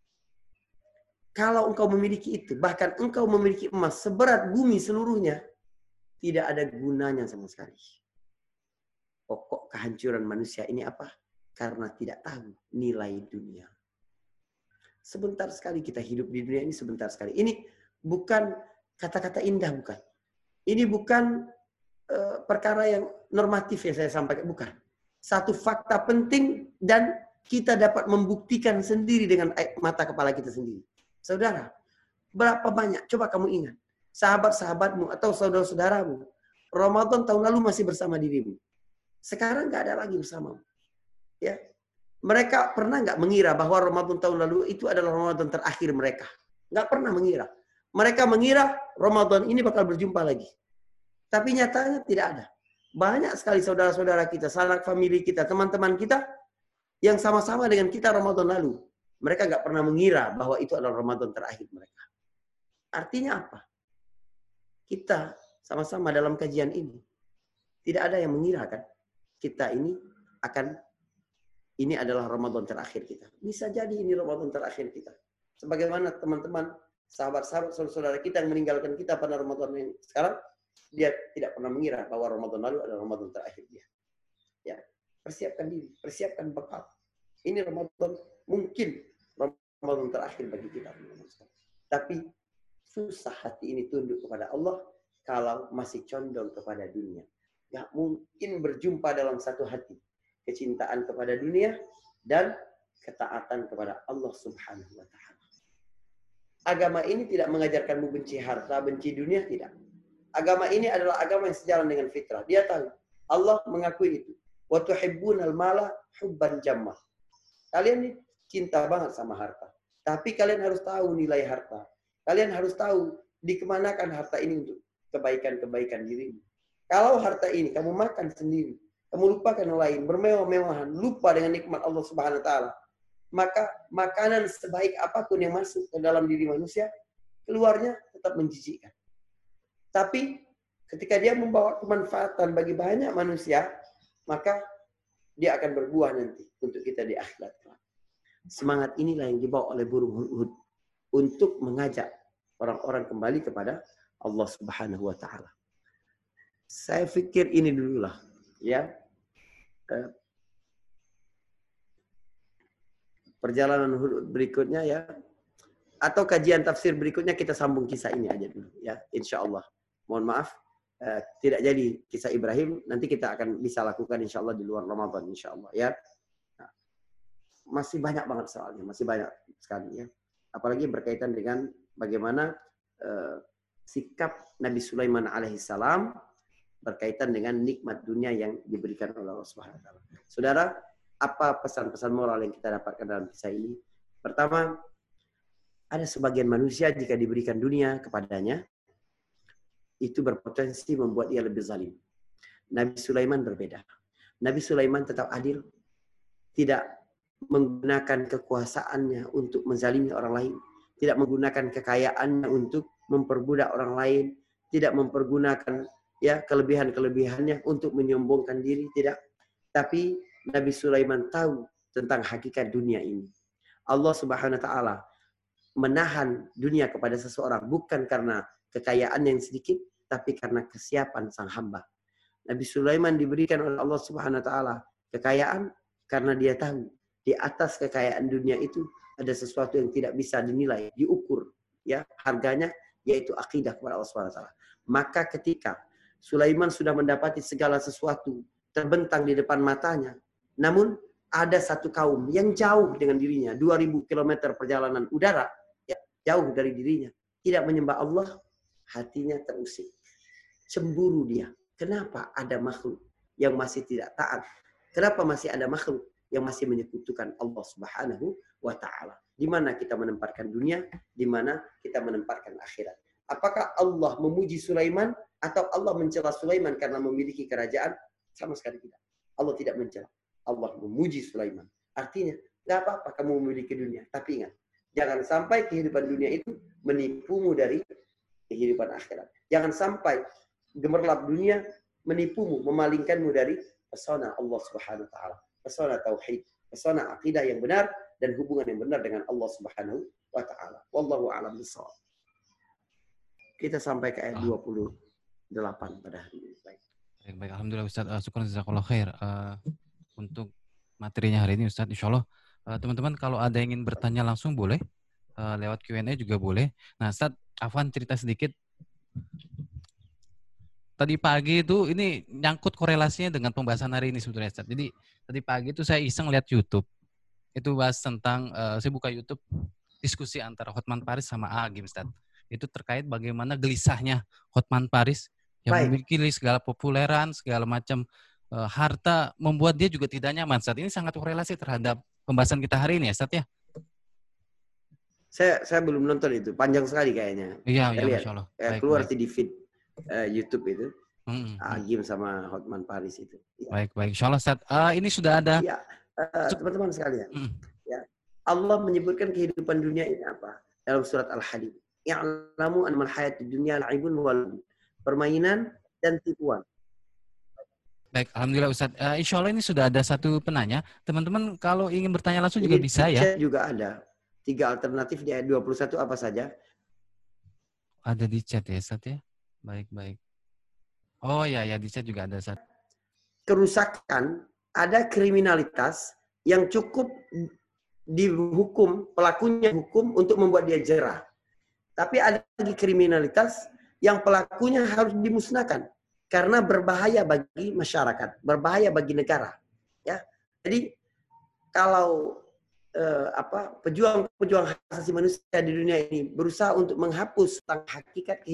Speaker 1: Kalau engkau memiliki itu, bahkan engkau memiliki emas seberat bumi seluruhnya, tidak ada gunanya sama sekali. Pokok kehancuran manusia ini apa? Karena tidak tahu nilai dunia. Sebentar sekali kita hidup di dunia ini, sebentar sekali. Ini bukan kata-kata indah, bukan. Ini bukan perkara yang normatif yang saya sampaikan, bukan. Satu fakta penting dan kita dapat membuktikan sendiri dengan mata kepala kita sendiri. Saudara, berapa banyak? Coba kamu ingat. Sahabat-sahabatmu atau saudara-saudaramu. Ramadan tahun lalu masih bersama dirimu. Sekarang nggak ada lagi bersamamu. Ya, mereka pernah nggak mengira bahwa Ramadan tahun lalu itu adalah Ramadan terakhir mereka? Nggak pernah mengira. Mereka mengira Ramadan ini bakal berjumpa lagi. Tapi nyatanya tidak ada. Banyak sekali saudara-saudara kita, sanak famili kita, teman-teman kita yang sama-sama dengan kita Ramadan lalu. Mereka nggak pernah mengira bahwa itu adalah Ramadan terakhir mereka. Artinya apa? Kita sama-sama dalam kajian ini. Tidak ada yang mengira kan kita ini adalah Ramadan terakhir kita. Bisa jadi ini Ramadan terakhir kita. Sebagaimana teman-teman, sahabat-sahabat, saudara kita yang meninggalkan kita pada Ramadan yang sekarang, dia tidak pernah mengira bahwa Ramadan lalu adalah Ramadan terakhir dia. Ya, persiapkan diri, persiapkan bekal. Ini Ramadan mungkin Ramadan terakhir bagi kita. Tapi susah hati ini tunduk kepada Allah kalau masih condong kepada dunia. Gak mungkin berjumpa dalam satu hati. Kecintaan kepada dunia dan ketaatan kepada Allah Subhanahu wa Ta'ala. Agama ini tidak mengajarkanmu benci harta, benci dunia, tidak. Agama ini adalah agama yang sejalan dengan fitrah. Dia tahu. Allah mengakui itu. Wa tuhibbunal mala hubban jammah. Kalian ini cinta banget sama harta. Tapi kalian harus tahu nilai harta. Kalian harus tahu dikemanakan harta ini untuk kebaikan-kebaikan dirimu. Kalau harta ini kamu makan sendiri, kamu lupakan yang lain, bermewah-mewahan, lupa dengan nikmat Allah Subhanahu wa Ta'ala, maka makanan sebaik apapun yang masuk ke dalam diri manusia, keluarnya tetap menjijikkan. Tapi ketika dia membawa kemanfaatan bagi banyak manusia, maka dia akan berbuah nanti untuk kita di akhirat. Semangat inilah yang dibawa oleh burung hudhud untuk mengajak orang-orang kembali kepada Allah Subhanahu wa Ta'ala. Saya pikir ini dululah, ya. Perjalanan hudhud berikutnya, ya, atau kajian tafsir berikutnya kita sambung kisah ini aja dulu, ya, insya Allah. Mohon maaf, tidak jadi kisah Ibrahim, nanti kita akan bisa lakukan insya Allah di luar Ramadan, insya Allah, ya. Nah, masih banyak banget soalnya, masih banyak sekali, ya. Apalagi berkaitan dengan bagaimana sikap Nabi Sulaiman alaihissalam berkaitan dengan nikmat dunia yang diberikan oleh Allah Subhanahu wa Ta'ala. Saudara, apa pesan-pesan moral yang kita dapatkan dalam kisah ini? Pertama, ada sebagian manusia jika diberikan dunia kepadanya, itu berpotensi membuat dia lebih zalim. Nabi Sulaiman berbeda. Nabi Sulaiman tetap adil, tidak menggunakan kekuasaannya untuk menzalimi orang lain, tidak menggunakan kekayaannya untuk memperbudak orang lain, tidak mempergunakan kelebihan-kelebihannya untuk menyombongkan diri, tidak. Tapi Nabi Sulaiman tahu tentang hakikat dunia ini. Allah Subhanahu wa Ta'ala menahan dunia kepada seseorang bukan karena kekayaan yang sedikit, tapi karena kesiapan sang hamba. Nabi Sulaiman diberikan oleh Allah Subhanahu wa Ta'ala kekayaan karena dia tahu di atas kekayaan dunia itu ada sesuatu yang tidak bisa dinilai, diukur, ya, harganya, yaitu akidah kepada Allah Subhanahu wa Ta'ala. Maka ketika Sulaiman sudah mendapati segala sesuatu terbentang di depan matanya, namun ada satu kaum yang jauh dengan dirinya, 2000 km perjalanan udara, ya, jauh dari dirinya, tidak menyembah Allah, hatinya terusik. Cemburu dia. Kenapa ada makhluk yang masih tidak taat? Kenapa masih ada makhluk yang masih menyekutukan Allah Subhanahu wa Ta'ala? Di mana kita menempatkan dunia, di mana kita menempatkan akhirat. Apakah Allah memuji Sulaiman atau Allah mencela Sulaiman karena memiliki kerajaan? Sama sekali tidak. Allah tidak mencela. Allah memuji Sulaiman. Artinya, nggak apa-apa kamu memiliki dunia. Tapi ingat, jangan sampai kehidupan dunia itu menipumu dari kehidupan akhirat. Jangan sampai gemerlap dunia menipumu, memalingkanmu dari pesona Allah Subhanahu wa taala, pesona tauhid, pesona akidah yang benar dan hubungan yang benar dengan Allah Subhanahu wa taala. Wallahu a'lam bishawab. Kita sampai ke ayat 28 pada hari ini. Baik.
Speaker 2: Baik, alhamdulillah Ustaz. Syukur jazakallahu khair untuk materinya hari ini Ustaz. Insyaallah teman-teman kalau ada yang ingin bertanya langsung boleh lewat Q&A juga boleh. Nah, Ustaz, Afwan cerita sedikit. Tadi pagi itu ini nyangkut korelasinya dengan pembahasan hari ini sebetulnya Ustaz. Jadi tadi pagi itu saya iseng lihat YouTube. Itu bahas tentang saya buka YouTube diskusi antara Hotman Paris sama Agim Ustaz. Itu terkait bagaimana gelisahnya Hotman Paris yang memiliki segala populeran, segala macam harta membuat dia juga tidak nyaman Ustaz. Ini sangat korelasi terhadap pembahasan kita hari ini ya Ustaz ya.
Speaker 1: Saya belum nonton itu, panjang sekali kayaknya.
Speaker 2: Iya,
Speaker 1: iya,
Speaker 2: Masya Allah.
Speaker 1: Keluar di feed YouTube itu, Agim sama Hotman Paris itu. Ya.
Speaker 2: Baik. Insya Allah, Ustaz. Ini sudah ada.
Speaker 1: Ya, teman-teman sekalian. Ya, Allah menyebutkan kehidupan dunia ini apa? Dalam surat Al-Hadid. Ya'lamu annamal hayatud dunya la'ibun wa permainan dan tipuan.
Speaker 2: Baik, alhamdulillah Ustaz. Insya Allah ini sudah ada satu penanya. Teman-teman kalau ingin bertanya langsung juga bisa ya.
Speaker 1: Juga ada. 3 alternatif di ayat 21 apa saja?
Speaker 2: Ada di chat ya, Ustaz ya. Baik. Oh ya, di chat juga ada, Ustaz.
Speaker 1: Kerusakan, ada kriminalitas yang cukup dihukum, pelakunya hukum untuk membuat dia jerah. Tapi ada lagi kriminalitas yang pelakunya harus dimusnahkan karena berbahaya bagi masyarakat, berbahaya bagi negara. Ya, jadi kalau pejuang hak asasi manusia di dunia ini berusaha untuk menghapus tentang hakikat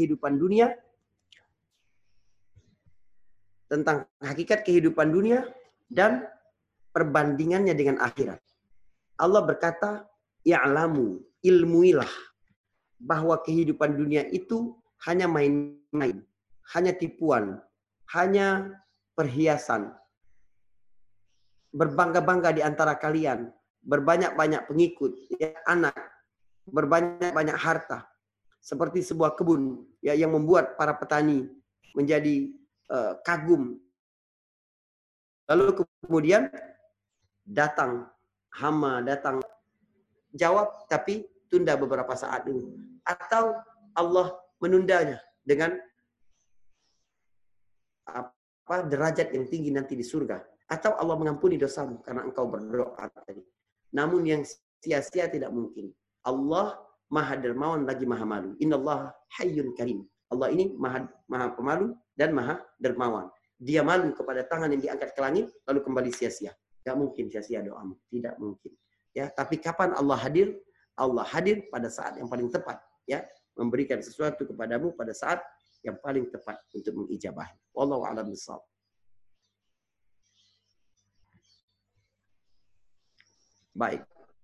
Speaker 1: kehidupan dunia dan perbandingannya dengan akhirat. Allah berkata, ya'lamu, ilmuilah bahwa kehidupan dunia itu hanya main-main, hanya tipuan, hanya perhiasan. Berbangga-bangga di antara kalian, berbanyak-banyak pengikut, ya, anak, berbanyak-banyak harta, seperti sebuah kebun ya, yang membuat para petani menjadi kagum. Lalu kemudian datang hama, datang jawab tapi tunda beberapa saat dulu. Atau Allah menundanya dengan derajat yang tinggi nanti di surga. Atau Allah mengampuni dosamu karena engkau berdoa tadi. Namun yang sia-sia tidak mungkin. Allah maha dermawan lagi maha malu. Innallaha hayyun karim. Allah ini maha pemalu dan maha dermawan. Dia malu kepada tangan yang diangkat ke langit lalu kembali sia-sia. Tidak mungkin sia-sia doamu. Tidak mungkin. Ya, tapi kapan Allah hadir? Allah hadir pada saat yang paling tepat. Ya, memberikan sesuatu kepadamu pada saat yang paling tepat untuk mengijabah. Wallahu a'lam bishawab. Baik.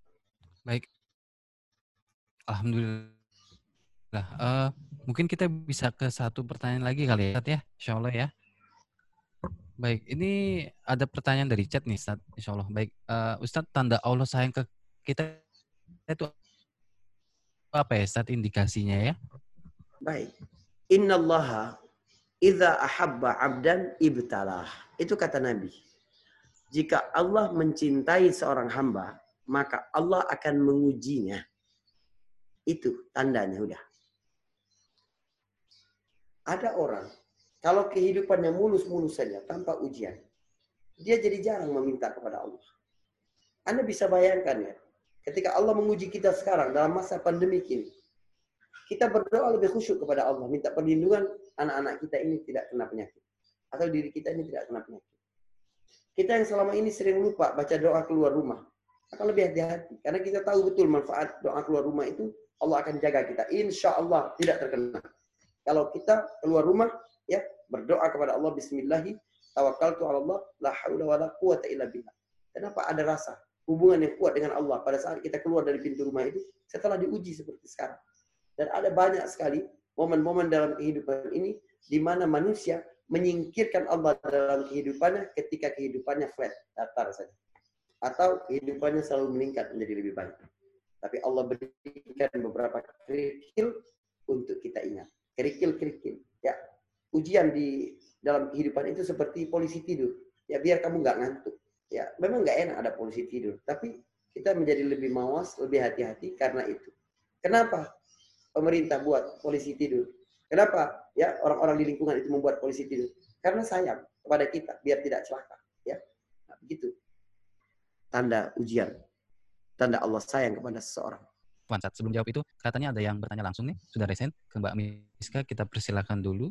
Speaker 2: Alhamdulillah. Mungkin kita bisa ke satu pertanyaan lagi kali ya, Insya Allah ya. Baik, ini ada pertanyaan dari chat nih, Ustaz. Insya Allah. Baik, Ustaz, tanda Allah sayang ke kita itu apa ya, Ustaz, indikasinya ya?
Speaker 1: Baik. Innallaha idza ahabba 'abdan ibtalah. Itu kata Nabi. Jika Allah mencintai seorang hamba, maka Allah akan mengujinya. Itu tandanya udah. Ada orang, kalau kehidupannya mulus-mulus saja, tanpa ujian, dia jadi jarang meminta kepada Allah. Anda bisa bayangkan ya, ketika Allah menguji kita sekarang dalam masa pandemi ini, kita berdoa lebih khusyuk kepada Allah, minta perlindungan anak-anak kita ini tidak kena penyakit. Atau diri kita ini tidak kena penyakit. Kita yang selama ini sering lupa baca doa keluar rumah, akan lebih hati-hati. Karena kita tahu betul manfaat doa keluar rumah itu, Allah akan jaga kita. Insya Allah tidak terkena. Kalau kita keluar rumah, ya berdoa kepada Allah, Bismillahi, tawakkaltu ala Allah, la haula wa la quwata illa billah. Kenapa ada rasa hubungan yang kuat dengan Allah pada saat kita keluar dari pintu rumah itu, setelah diuji seperti sekarang. Dan ada banyak sekali momen-momen dalam kehidupan ini, di mana manusia menyingkirkan Allah dalam kehidupannya ketika kehidupannya flat, datar saja. Atau kehidupannya selalu meningkat menjadi lebih baik. Tapi Allah berikan beberapa kerikil untuk kita ingat. Kerikil-kerikil. Ya. ujian di dalam kehidupan itu seperti polisi tidur. Ya biar kamu nggak ngantuk. Ya memang nggak enak ada polisi tidur, tapi kita menjadi lebih mawas, lebih hati-hati karena itu. Kenapa pemerintah buat polisi tidur? Kenapa ya orang-orang di lingkungan itu membuat polisi tidur? Karena sayang kepada kita biar tidak celaka. Ya, nah, begitu. Tanda ujian, tanda Allah sayang kepada seseorang.
Speaker 2: Wansat, sebelum jawab itu, katanya ada yang bertanya langsung nih, sudah resen ke Mbak Miska, kita persilakan dulu.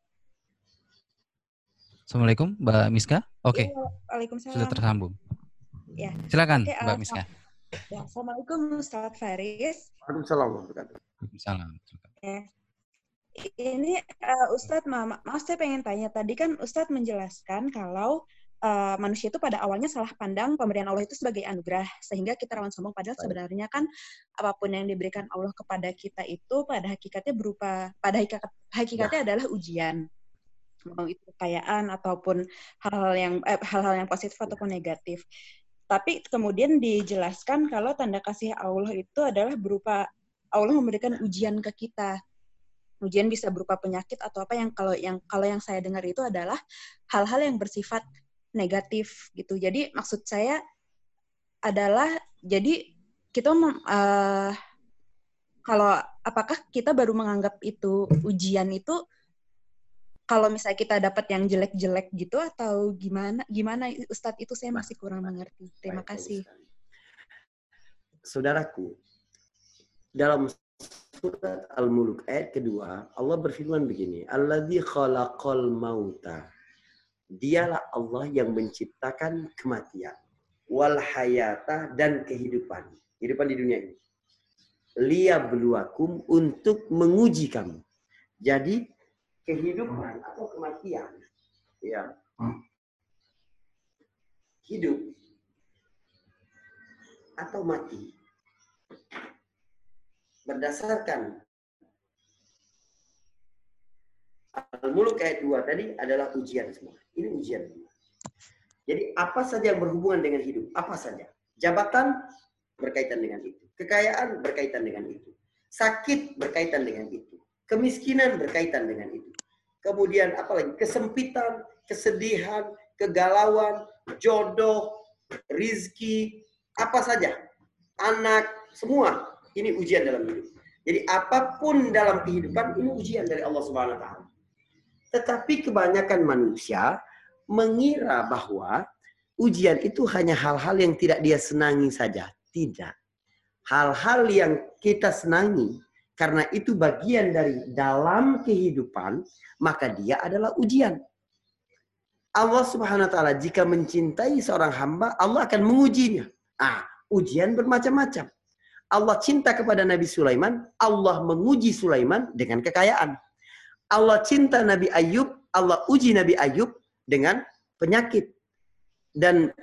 Speaker 2: Assalamualaikum, Mbak Miska. Oke,
Speaker 3: Ya, Waalaikumsalam.
Speaker 2: sudah tersambung.
Speaker 3: Ya.
Speaker 2: Silakan,
Speaker 3: Oke,
Speaker 2: Mbak Miska.
Speaker 3: Ya, Assalamualaikum Ustadz Faris.
Speaker 1: Waalaikumsalam.
Speaker 3: Ya. Ini Ustadz, maaf saya pengen tanya. Tadi kan Ustadz menjelaskan kalau manusia itu pada awalnya salah pandang pemberian Allah itu sebagai anugerah, sehingga kita rawan sombong. Padahal sebenarnya kan apapun yang diberikan Allah kepada kita itu pada hakikatnya hakikatnya adalah ujian. Mau itu kekayaan ataupun hal-hal yang positif ataupun negatif. Tapi kemudian dijelaskan kalau tanda kasih Allah itu adalah berupa Allah memberikan ujian ke kita. Ujian bisa berupa penyakit atau apa yang kalau yang saya dengar itu adalah hal-hal yang bersifat negatif gitu. Jadi maksud saya adalah jadi kita kalau apakah kita baru menganggap itu ujian itu kalau misalnya kita dapat yang jelek-jelek gitu atau gimana Ustadz, itu saya masih kurang mengerti. Terima kasih.
Speaker 1: Saudaraku, dalam surat Al-Mulk ayat kedua, Allah berfirman begini, Alladzi khalaqal mauta. Dialah Allah yang menciptakan kematian, wal hayata, dan kehidupan di dunia ini. Liyabluwakum, untuk menguji kamu. Jadi kehidupan atau kematian, ya, hidup atau mati, berdasarkan Al-Mulk ayat 2 tadi adalah ujian semua. Ini ujian semua. Jadi apa saja yang berhubungan dengan hidup, apa saja. Jabatan berkaitan dengan itu. Kekayaan berkaitan dengan itu. Sakit berkaitan dengan itu. Kemiskinan berkaitan dengan itu. Kemudian apalagi kesempitan, kesedihan, kegalauan, jodoh, rizki, apa saja. Anak, semua. Ini ujian dalam hidup. Jadi apapun dalam kehidupan ini ujian dari Allah Subhanahu wa taala. Tetapi kebanyakan manusia mengira bahwa ujian itu hanya hal-hal yang tidak dia senangi saja. Tidak. Hal-hal yang kita senangi karena itu bagian dari dalam kehidupan, maka dia adalah ujian. Allah Subhanahu wa taala jika mencintai seorang hamba, Allah akan mengujinya. Ujian bermacam-macam. Allah cinta kepada Nabi Sulaiman, Allah menguji Sulaiman dengan kekayaan. Allah cinta Nabi Ayub, Allah uji Nabi Ayub dengan penyakit. Dan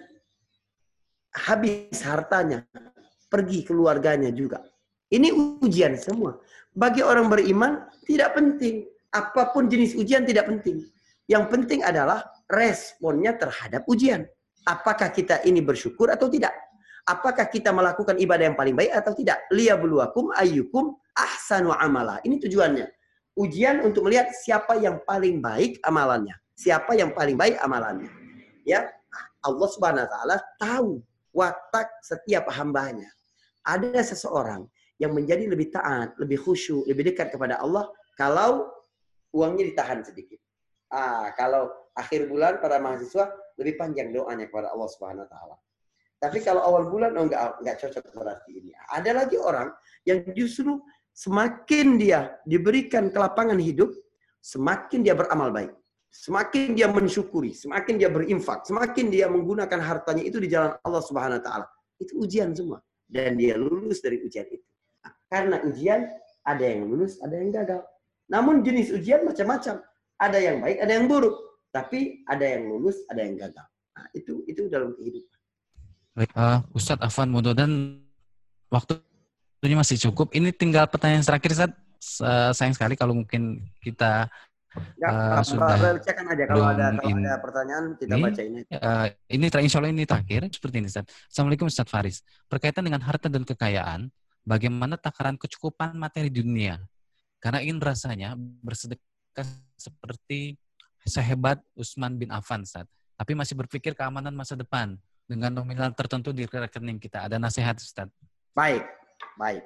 Speaker 1: habis hartanya, pergi keluarganya juga. Ini ujian semua. Bagi orang beriman, tidak penting. Apapun jenis ujian tidak penting. Yang penting adalah responnya terhadap ujian. Apakah kita ini bersyukur atau tidak? Apakah kita melakukan ibadah yang paling baik atau tidak? Liyabluwakum ayyukum ahsanu amala. Ini tujuannya. Ujian untuk melihat siapa yang paling baik amalannya. Siapa yang paling baik amalannya. Ya, Allah Subhanahu wa taala tahu watak setiap hambanya. Ada seseorang yang menjadi lebih taat, lebih khusyuk, lebih dekat kepada Allah kalau uangnya ditahan sedikit. Kalau akhir bulan para mahasiswa lebih panjang doanya kepada Allah Subhanahu wa taala. Tapi kalau awal bulan enggak cocok berarti ini. Ada lagi orang yang justru semakin dia diberikan kelapangan hidup, semakin dia beramal baik. Semakin dia mensyukuri, semakin dia berinfak, semakin dia menggunakan hartanya itu di jalan Allah Subhanahu wa taala. Itu ujian semua. Dan dia lulus dari ujian itu. Karena ujian ada yang lulus, ada yang gagal. Namun jenis ujian macam-macam. Ada yang baik, ada yang buruk. Tapi ada yang lulus, ada yang gagal. Itu dalam kehidupan.
Speaker 2: Baik, Ustadz Afwan, mudah-mudahan waktunya masih cukup. Ini tinggal pertanyaan terakhir, Ustadz. Sayang sekali kalau mungkin kita sudah
Speaker 1: cekkan aja kalau ada pertanyaan kita bacain.
Speaker 2: Ini insya Allah ini terakhir seperti ini, Ustadz. Assalamualaikum Ustadz Faris. Berkaitan dengan harta dan kekayaan, bagaimana takaran kecukupan materi dunia? Karena ingin rasanya bersedekah seperti sehebat Utsman bin Affan, Ustaz. Tapi masih berpikir keamanan masa depan dengan nominal tertentu di rekening kita. Ada nasihat, Ustaz?
Speaker 1: Baik, baik.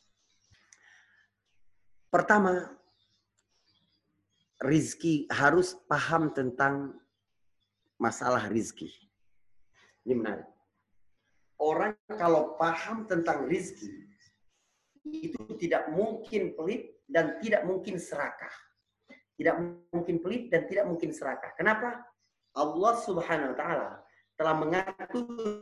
Speaker 1: Pertama, rizki harus paham tentang masalah rizki. Ini menarik. Orang kalau paham tentang rizki, itu tidak mungkin pelit dan tidak mungkin serakah. Tidak mungkin pelit dan tidak mungkin serakah. Kenapa? Allah Subhanahu wa Ta'ala telah mengatur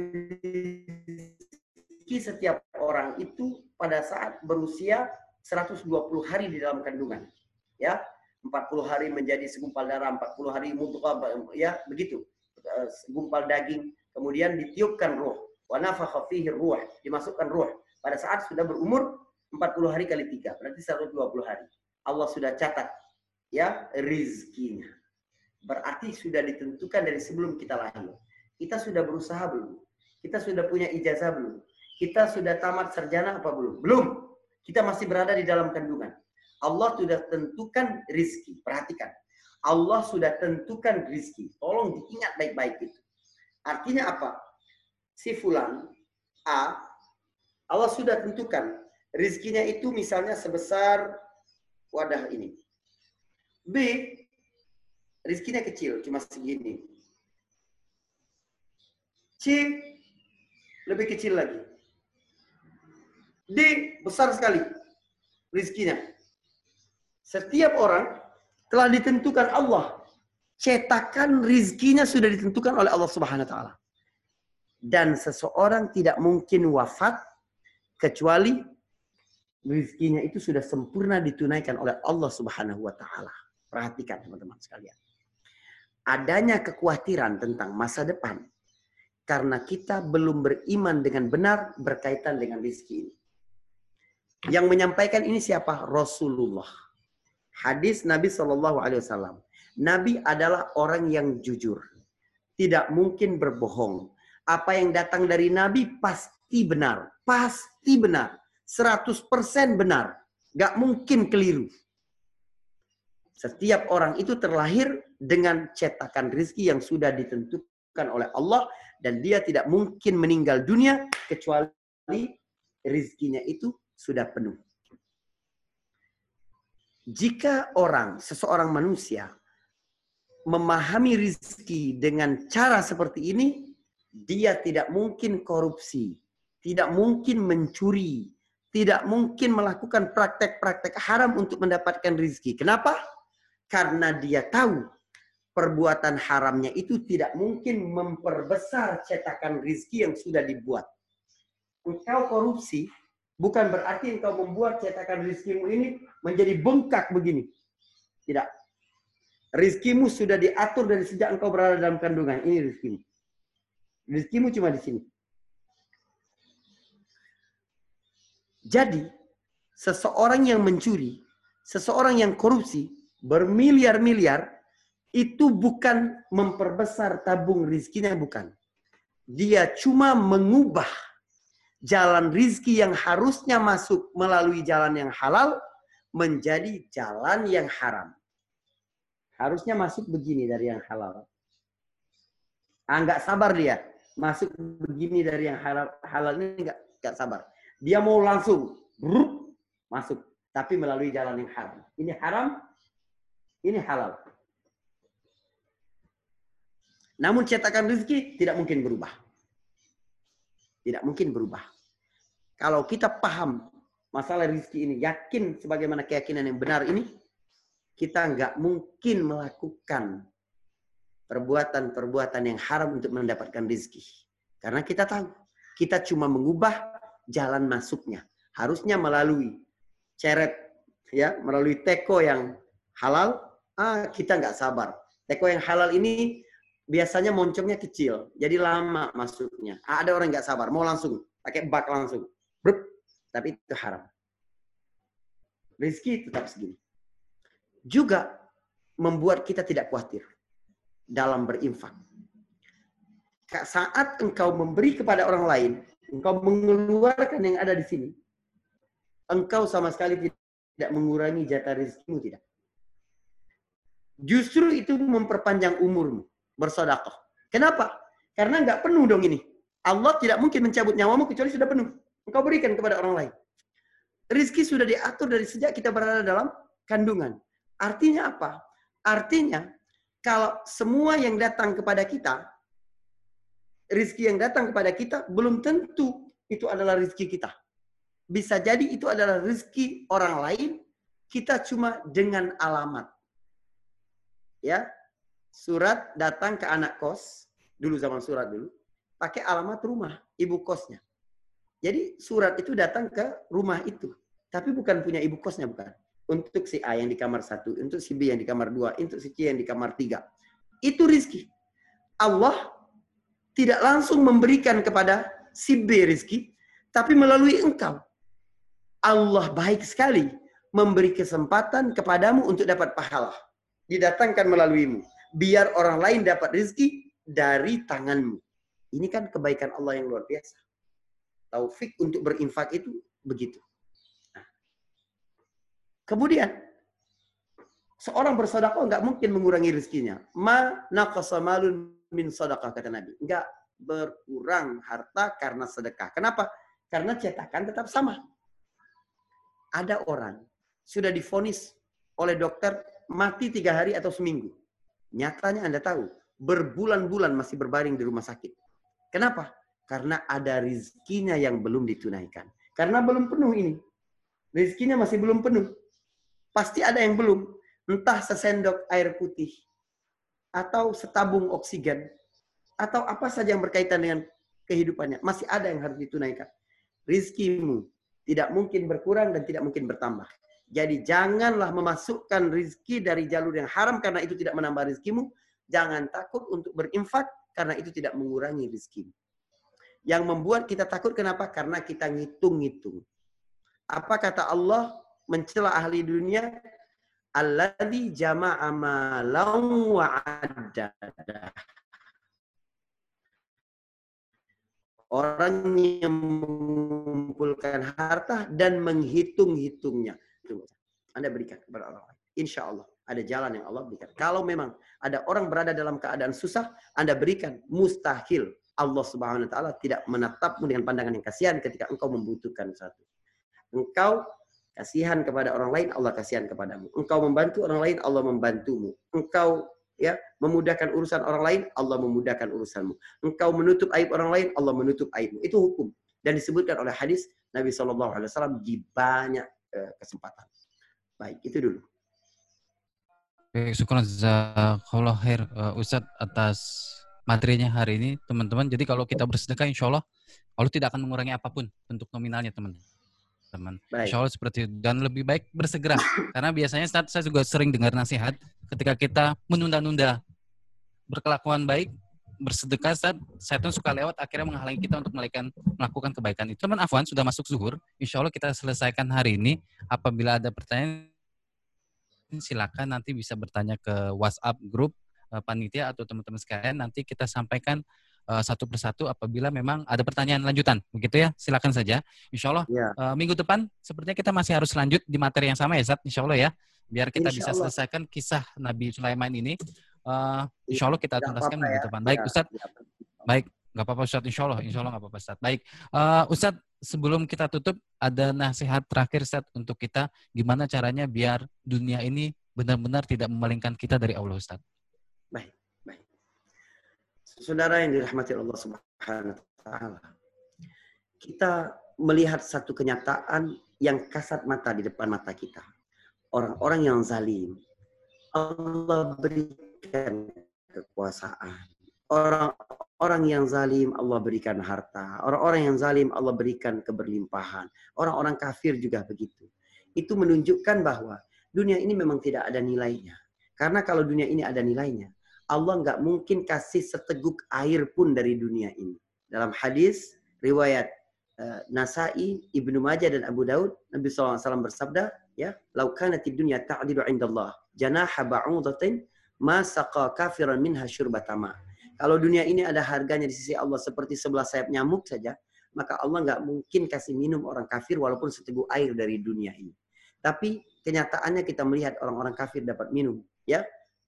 Speaker 1: rizki setiap orang itu pada saat berusia 120 hari di dalam kandungan. Ya, 40 hari menjadi segumpal darah, 40 hari mudghah, ya begitu. Segumpal daging, kemudian ditiupkan ruh. Wa nafakha fihi ruh, dimasukkan ruh. Pada saat sudah berumur 40 hari kali 3, berarti 120 hari. Allah sudah catat ya rizkinya. Berarti sudah ditentukan dari sebelum kita lahir. Kita sudah berusaha belum? Kita sudah punya ijazah belum? Kita sudah tamat sarjana apa belum? Belum. Kita masih berada di dalam kandungan. Allah sudah tentukan rizki. Perhatikan. Allah sudah tentukan rizki. Tolong diingat baik-baik itu. Artinya apa? Si fulan A, Allah sudah tentukan rizkinya itu misalnya sebesar wadah ini. B, rizkinya kecil, cuma segini. C, lebih kecil lagi. D, besar sekali rizkinya. Setiap orang telah ditentukan Allah. Cetakan rizkinya sudah ditentukan oleh Allah Subhanahu wa Ta'ala. Dan seseorang tidak mungkin wafat kecuali rizkinya itu sudah sempurna ditunaikan oleh Allah Subhanahu wa Ta'ala. Perhatikan teman-teman sekalian. Adanya kekhawatiran tentang masa depan karena kita belum beriman dengan benar berkaitan dengan rizki ini. Yang menyampaikan ini siapa? Rasulullah. Hadis Nabi SAW. Nabi adalah orang yang jujur. Tidak mungkin berbohong. Apa yang datang dari Nabi pasti benar. Pasti benar. 100% benar. Gak mungkin keliru. Setiap orang itu terlahir dengan cetakan rizki yang sudah ditentukan oleh Allah. Dan dia tidak mungkin meninggal dunia kecuali rizkinya itu sudah penuh. Jika seseorang manusia memahami rizki dengan cara seperti ini, dia tidak mungkin korupsi, tidak mungkin mencuri, tidak mungkin melakukan praktek-praktek haram untuk mendapatkan rizki. Kenapa? Karena dia tahu perbuatan haramnya itu tidak mungkin memperbesar cetakan rizki yang sudah dibuat. Engkau korupsi, bukan berarti engkau membuat cetakan rizkimu ini menjadi bengkak begini. Tidak. Rizkimu sudah diatur dari sejak engkau berada dalam kandungan. Ini rizkimu. Rizkimu cuma di sini. Jadi, seseorang yang mencuri, seseorang yang korupsi, bermiliar-miliar, itu bukan memperbesar tabung rizkinya, bukan. Dia cuma mengubah jalan rizki yang harusnya masuk melalui jalan yang halal menjadi jalan yang haram. Harusnya masuk begini dari yang halal. Nggak sabar dia. Masuk begini dari yang halal ini nggak sabar. Dia mau langsung masuk. Tapi melalui jalan yang haram. Ini haram, ini halal. Namun cetakan rezeki tidak mungkin berubah. Tidak mungkin berubah. Kalau kita paham masalah rezeki ini, yakin sebagaimana keyakinan yang benar ini, kita nggak mungkin melakukan perbuatan-perbuatan yang haram untuk mendapatkan rezeki. Karena kita tahu, kita cuma mengubah jalan masuknya. Harusnya melalui ceret, ya, melalui teko yang halal. Kita nggak sabar. Teko yang halal ini biasanya moncongnya kecil, jadi lama masuknya. Ada orang nggak sabar, mau langsung pakai bak langsung, tapi itu haram. Rezeki tetap segini. Juga membuat kita tidak khawatir dalam berinfak. Saat engkau memberi kepada orang lain, engkau mengeluarkan yang ada di sini, engkau sama sekali tidak mengurangi jatah rezekimu, tidak. Justru itu memperpanjang umurmu, bersedekah. Kenapa? Karena nggak penuh dong ini. Allah tidak mungkin mencabut nyawamu kecuali sudah penuh. Engkau berikan kepada orang lain. Rizki sudah diatur dari sejak kita berada dalam kandungan. Artinya apa? Artinya, kalau semua yang datang kepada kita, rizki yang datang kepada kita, belum tentu itu adalah rizki kita. Bisa jadi itu adalah rizki orang lain, kita cuma dengan alamat. Ya, surat datang ke anak kos, dulu zaman surat dulu, pakai alamat rumah, ibu kosnya. Jadi surat itu datang ke rumah itu. Tapi bukan punya ibu kosnya, bukan. Untuk si A yang di kamar 1, untuk si B yang di kamar 2, untuk si C yang di kamar 3. Itu rizki. Allah tidak langsung memberikan kepada si B rizki, tapi melalui engkau. Allah baik sekali memberi kesempatan kepadamu untuk dapat pahala. Didatangkan melaluimu. Biar orang lain dapat rizki dari tanganmu. Ini kan kebaikan Allah yang luar biasa. Taufik untuk berinfak itu begitu. Nah. Kemudian, seorang bersedekah nggak mungkin mengurangi rizkinya. Ma naqasa malun min sedekah, kata Nabi. Nggak berkurang harta karena sedekah. Kenapa? Karena cetakan tetap sama. Ada orang sudah divonis oleh dokter mati 3 hari atau seminggu. Nyatanya Anda tahu, berbulan-bulan masih berbaring di rumah sakit. Kenapa? Karena ada rizkinya yang belum ditunaikan. Karena belum penuh ini. Rizkinya masih belum penuh. Pasti ada yang belum. Entah sesendok air putih. Atau setabung oksigen. Atau apa saja yang berkaitan dengan kehidupannya. Masih ada yang harus ditunaikan. Rizkimu tidak mungkin berkurang dan tidak mungkin bertambah. Jadi janganlah memasukkan rizki dari jalur yang haram karena itu tidak menambah rizkimu. Jangan takut untuk berinfak karena itu tidak mengurangi rizkimu. Yang membuat kita takut kenapa? Karena kita ngitung-ngitung. Apa kata Allah mencela ahli dunia? Alladzi jama'a malan wa 'addada. Orang yang mengumpulkan harta dan menghitung-hitungnya. Anda berikan kepada orang lain. Insya Allah ada jalan yang Allah berikan. Kalau memang ada orang berada dalam keadaan susah, Anda berikan. Mustahil Allah Subhanahu wa taala tidak menatapmu dengan pandangan yang kasihan ketika engkau membutuhkan satu. Engkau kasihan kepada orang lain, Allah kasihan kepadamu. Engkau membantu orang lain, Allah membantumu. Engkau memudahkan urusan orang lain, Allah memudahkan urusanmu. Engkau menutup aib orang lain, Allah menutup aibmu. Itu hukum dan disebutkan oleh hadis Nabi SAW di banyak kesempatan. Baik, itu dulu.
Speaker 2: Syukur jazakallahu khair Ustadz atas materinya hari ini, teman-teman. Jadi kalau kita bersedekah, insya Allah Allah tidak akan mengurangi apapun bentuk nominalnya, teman-teman. Insya Allah seperti itu. Dan lebih baik bersegera. Karena biasanya saya juga sering dengar nasihat ketika kita menunda-nunda berkelakuan baik, bersedekah, setan suka lewat akhirnya menghalangi kita untuk melakukan kebaikan itu. Teman Afwan sudah masuk zuhur. Insya Allah kita selesaikan hari ini. Apabila ada pertanyaan, silakan nanti bisa bertanya ke WhatsApp grup panitia atau teman-teman sekalian. Nanti kita sampaikan satu persatu apabila memang ada pertanyaan lanjutan. Begitu ya, silakan saja. Insya Allah minggu depan sepertinya kita masih harus lanjut di materi yang sama ya, Zat. Insya Allah ya. Biar kita bisa selesaikan kisah Nabi Sulaiman ini. Insya Allah kita tuntaskan minggu depan. Baik, Ustadz. Baik, nggak apa-apa Ustadz. Insya Allah nggak apa-apa Ustadz. Baik, Ustadz, sebelum kita tutup, ada nasihat terakhir Ustadz untuk kita, gimana caranya biar dunia ini benar-benar tidak memalingkan kita dari Allah, Ustadz.
Speaker 1: Baik. Saudara yang dirahmati Allah Subhanahu wa taala. Kita melihat satu kenyataan yang kasat mata di depan mata kita. Orang-orang yang zalim, Allah berikan kekuasaan. Orang-orang yang zalim, Allah berikan harta. Orang-orang yang zalim, Allah berikan keberlimpahan. Orang-orang kafir juga begitu. Itu menunjukkan bahwa dunia ini memang tidak ada nilainya. Karena kalau dunia ini ada nilainya, Allah nggak mungkin kasih seteguk air pun dari dunia ini. Dalam hadis, riwayat Nasai, Ibnu Majah dan Abu Daud, Nabi SAW bersabda, ya, "Lau kanatid dunya ta'dilu 'indallah janaha ba'udatin ma saqa kafiran minha syurbatama." Kalau dunia ini ada harganya di sisi Allah seperti sebelah sayap nyamuk saja, maka Allah nggak mungkin kasih minum orang kafir walaupun seteguk air dari dunia ini. Tapi kenyataannya kita melihat orang-orang kafir dapat minum, ya.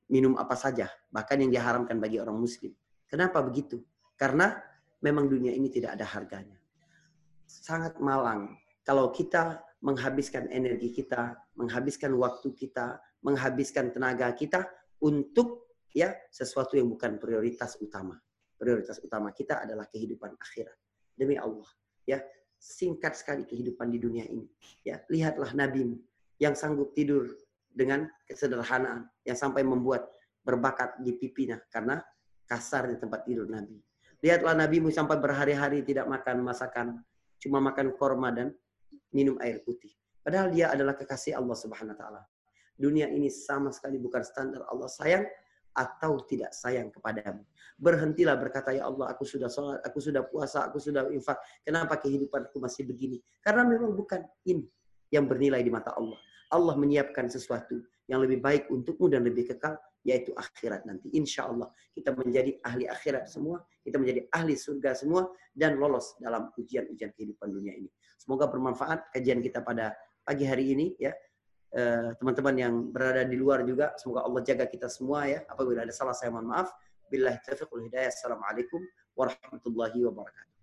Speaker 1: minum apa saja, bahkan yang diharamkan bagi orang muslim. Kenapa begitu? Karena memang dunia ini tidak ada harganya. Sangat malang kalau kita menghabiskan energi kita, menghabiskan waktu kita, menghabiskan tenaga kita untuk ya sesuatu yang bukan prioritas utama. Prioritas utama kita adalah kehidupan akhirat. Demi Allah, ya, singkat sekali kehidupan di dunia ini. Ya, lihatlah nabimu yang sanggup tidur dengan kesederhanaan, yang sampai membuat berbakat di pipinya karena kasar di tempat tidur Nabi. Lihatlah nabimu sampai berhari-hari tidak makan masakan, cuma makan korma dan minum air putih. Padahal dia adalah kekasih Allah Subhanahu wa taala. Dunia ini sama sekali bukan standar Allah sayang atau tidak sayang kepadamu. Berhentilah berkata, ya Allah, aku sudah sholat, aku sudah puasa, aku sudah infak. Kenapa kehidupanku masih begini? Karena memang bukan ini yang bernilai di mata Allah. Allah menyiapkan sesuatu yang lebih baik untukmu dan lebih kekal, yaitu akhirat nanti. Insya Allah kita menjadi ahli akhirat semua, kita menjadi ahli surga semua, dan lolos dalam ujian-ujian kehidupan dunia ini. Semoga bermanfaat kajian kita pada pagi hari ini, ya. Teman-teman yang berada di luar juga, semoga Allah jaga kita semua, ya. Apabila ada salah saya mohon maaf. Billahi taufiq wal hidayah. Assalamualaikum warahmatullahi wabarakatuh.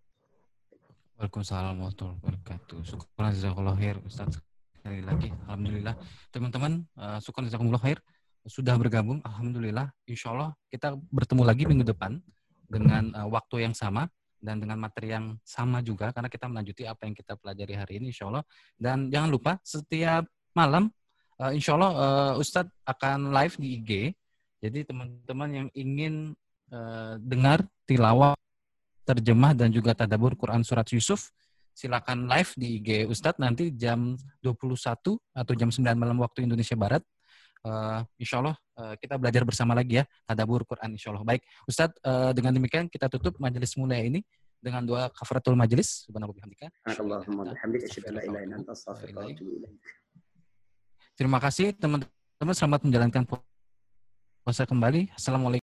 Speaker 2: Waalaikumsalam warahmatullahi wabarakatuh. Syukran jazakallahu khair Ustaz. Sekali lagi, alhamdulillah. Teman-teman, syukran jazakumullah khair sudah bergabung. Alhamdulillah. Insya Allah kita bertemu lagi minggu depan dengan waktu yang sama dan dengan materi yang sama juga, karena kita melanjuti apa yang kita pelajari hari ini, insya Allah. Dan jangan lupa setiap malam, insya Allah Ustadz akan live di IG. Jadi teman-teman yang ingin dengar tilawah, terjemah dan juga tadabbur Quran surat Yusuf, silakan live di IG Ustadz nanti jam 21 atau jam 9 malam waktu Indonesia Barat. Insya Allah kita belajar bersama lagi ya tadabbur Quran, insya Allah. Baik Ustadz, dengan demikian kita tutup majelis mulia ini dengan doa kafaratul majelis. Subhanallah bihamdika. Terima kasih teman-teman, selamat menjalankan puasa kembali. Assalamualaikum.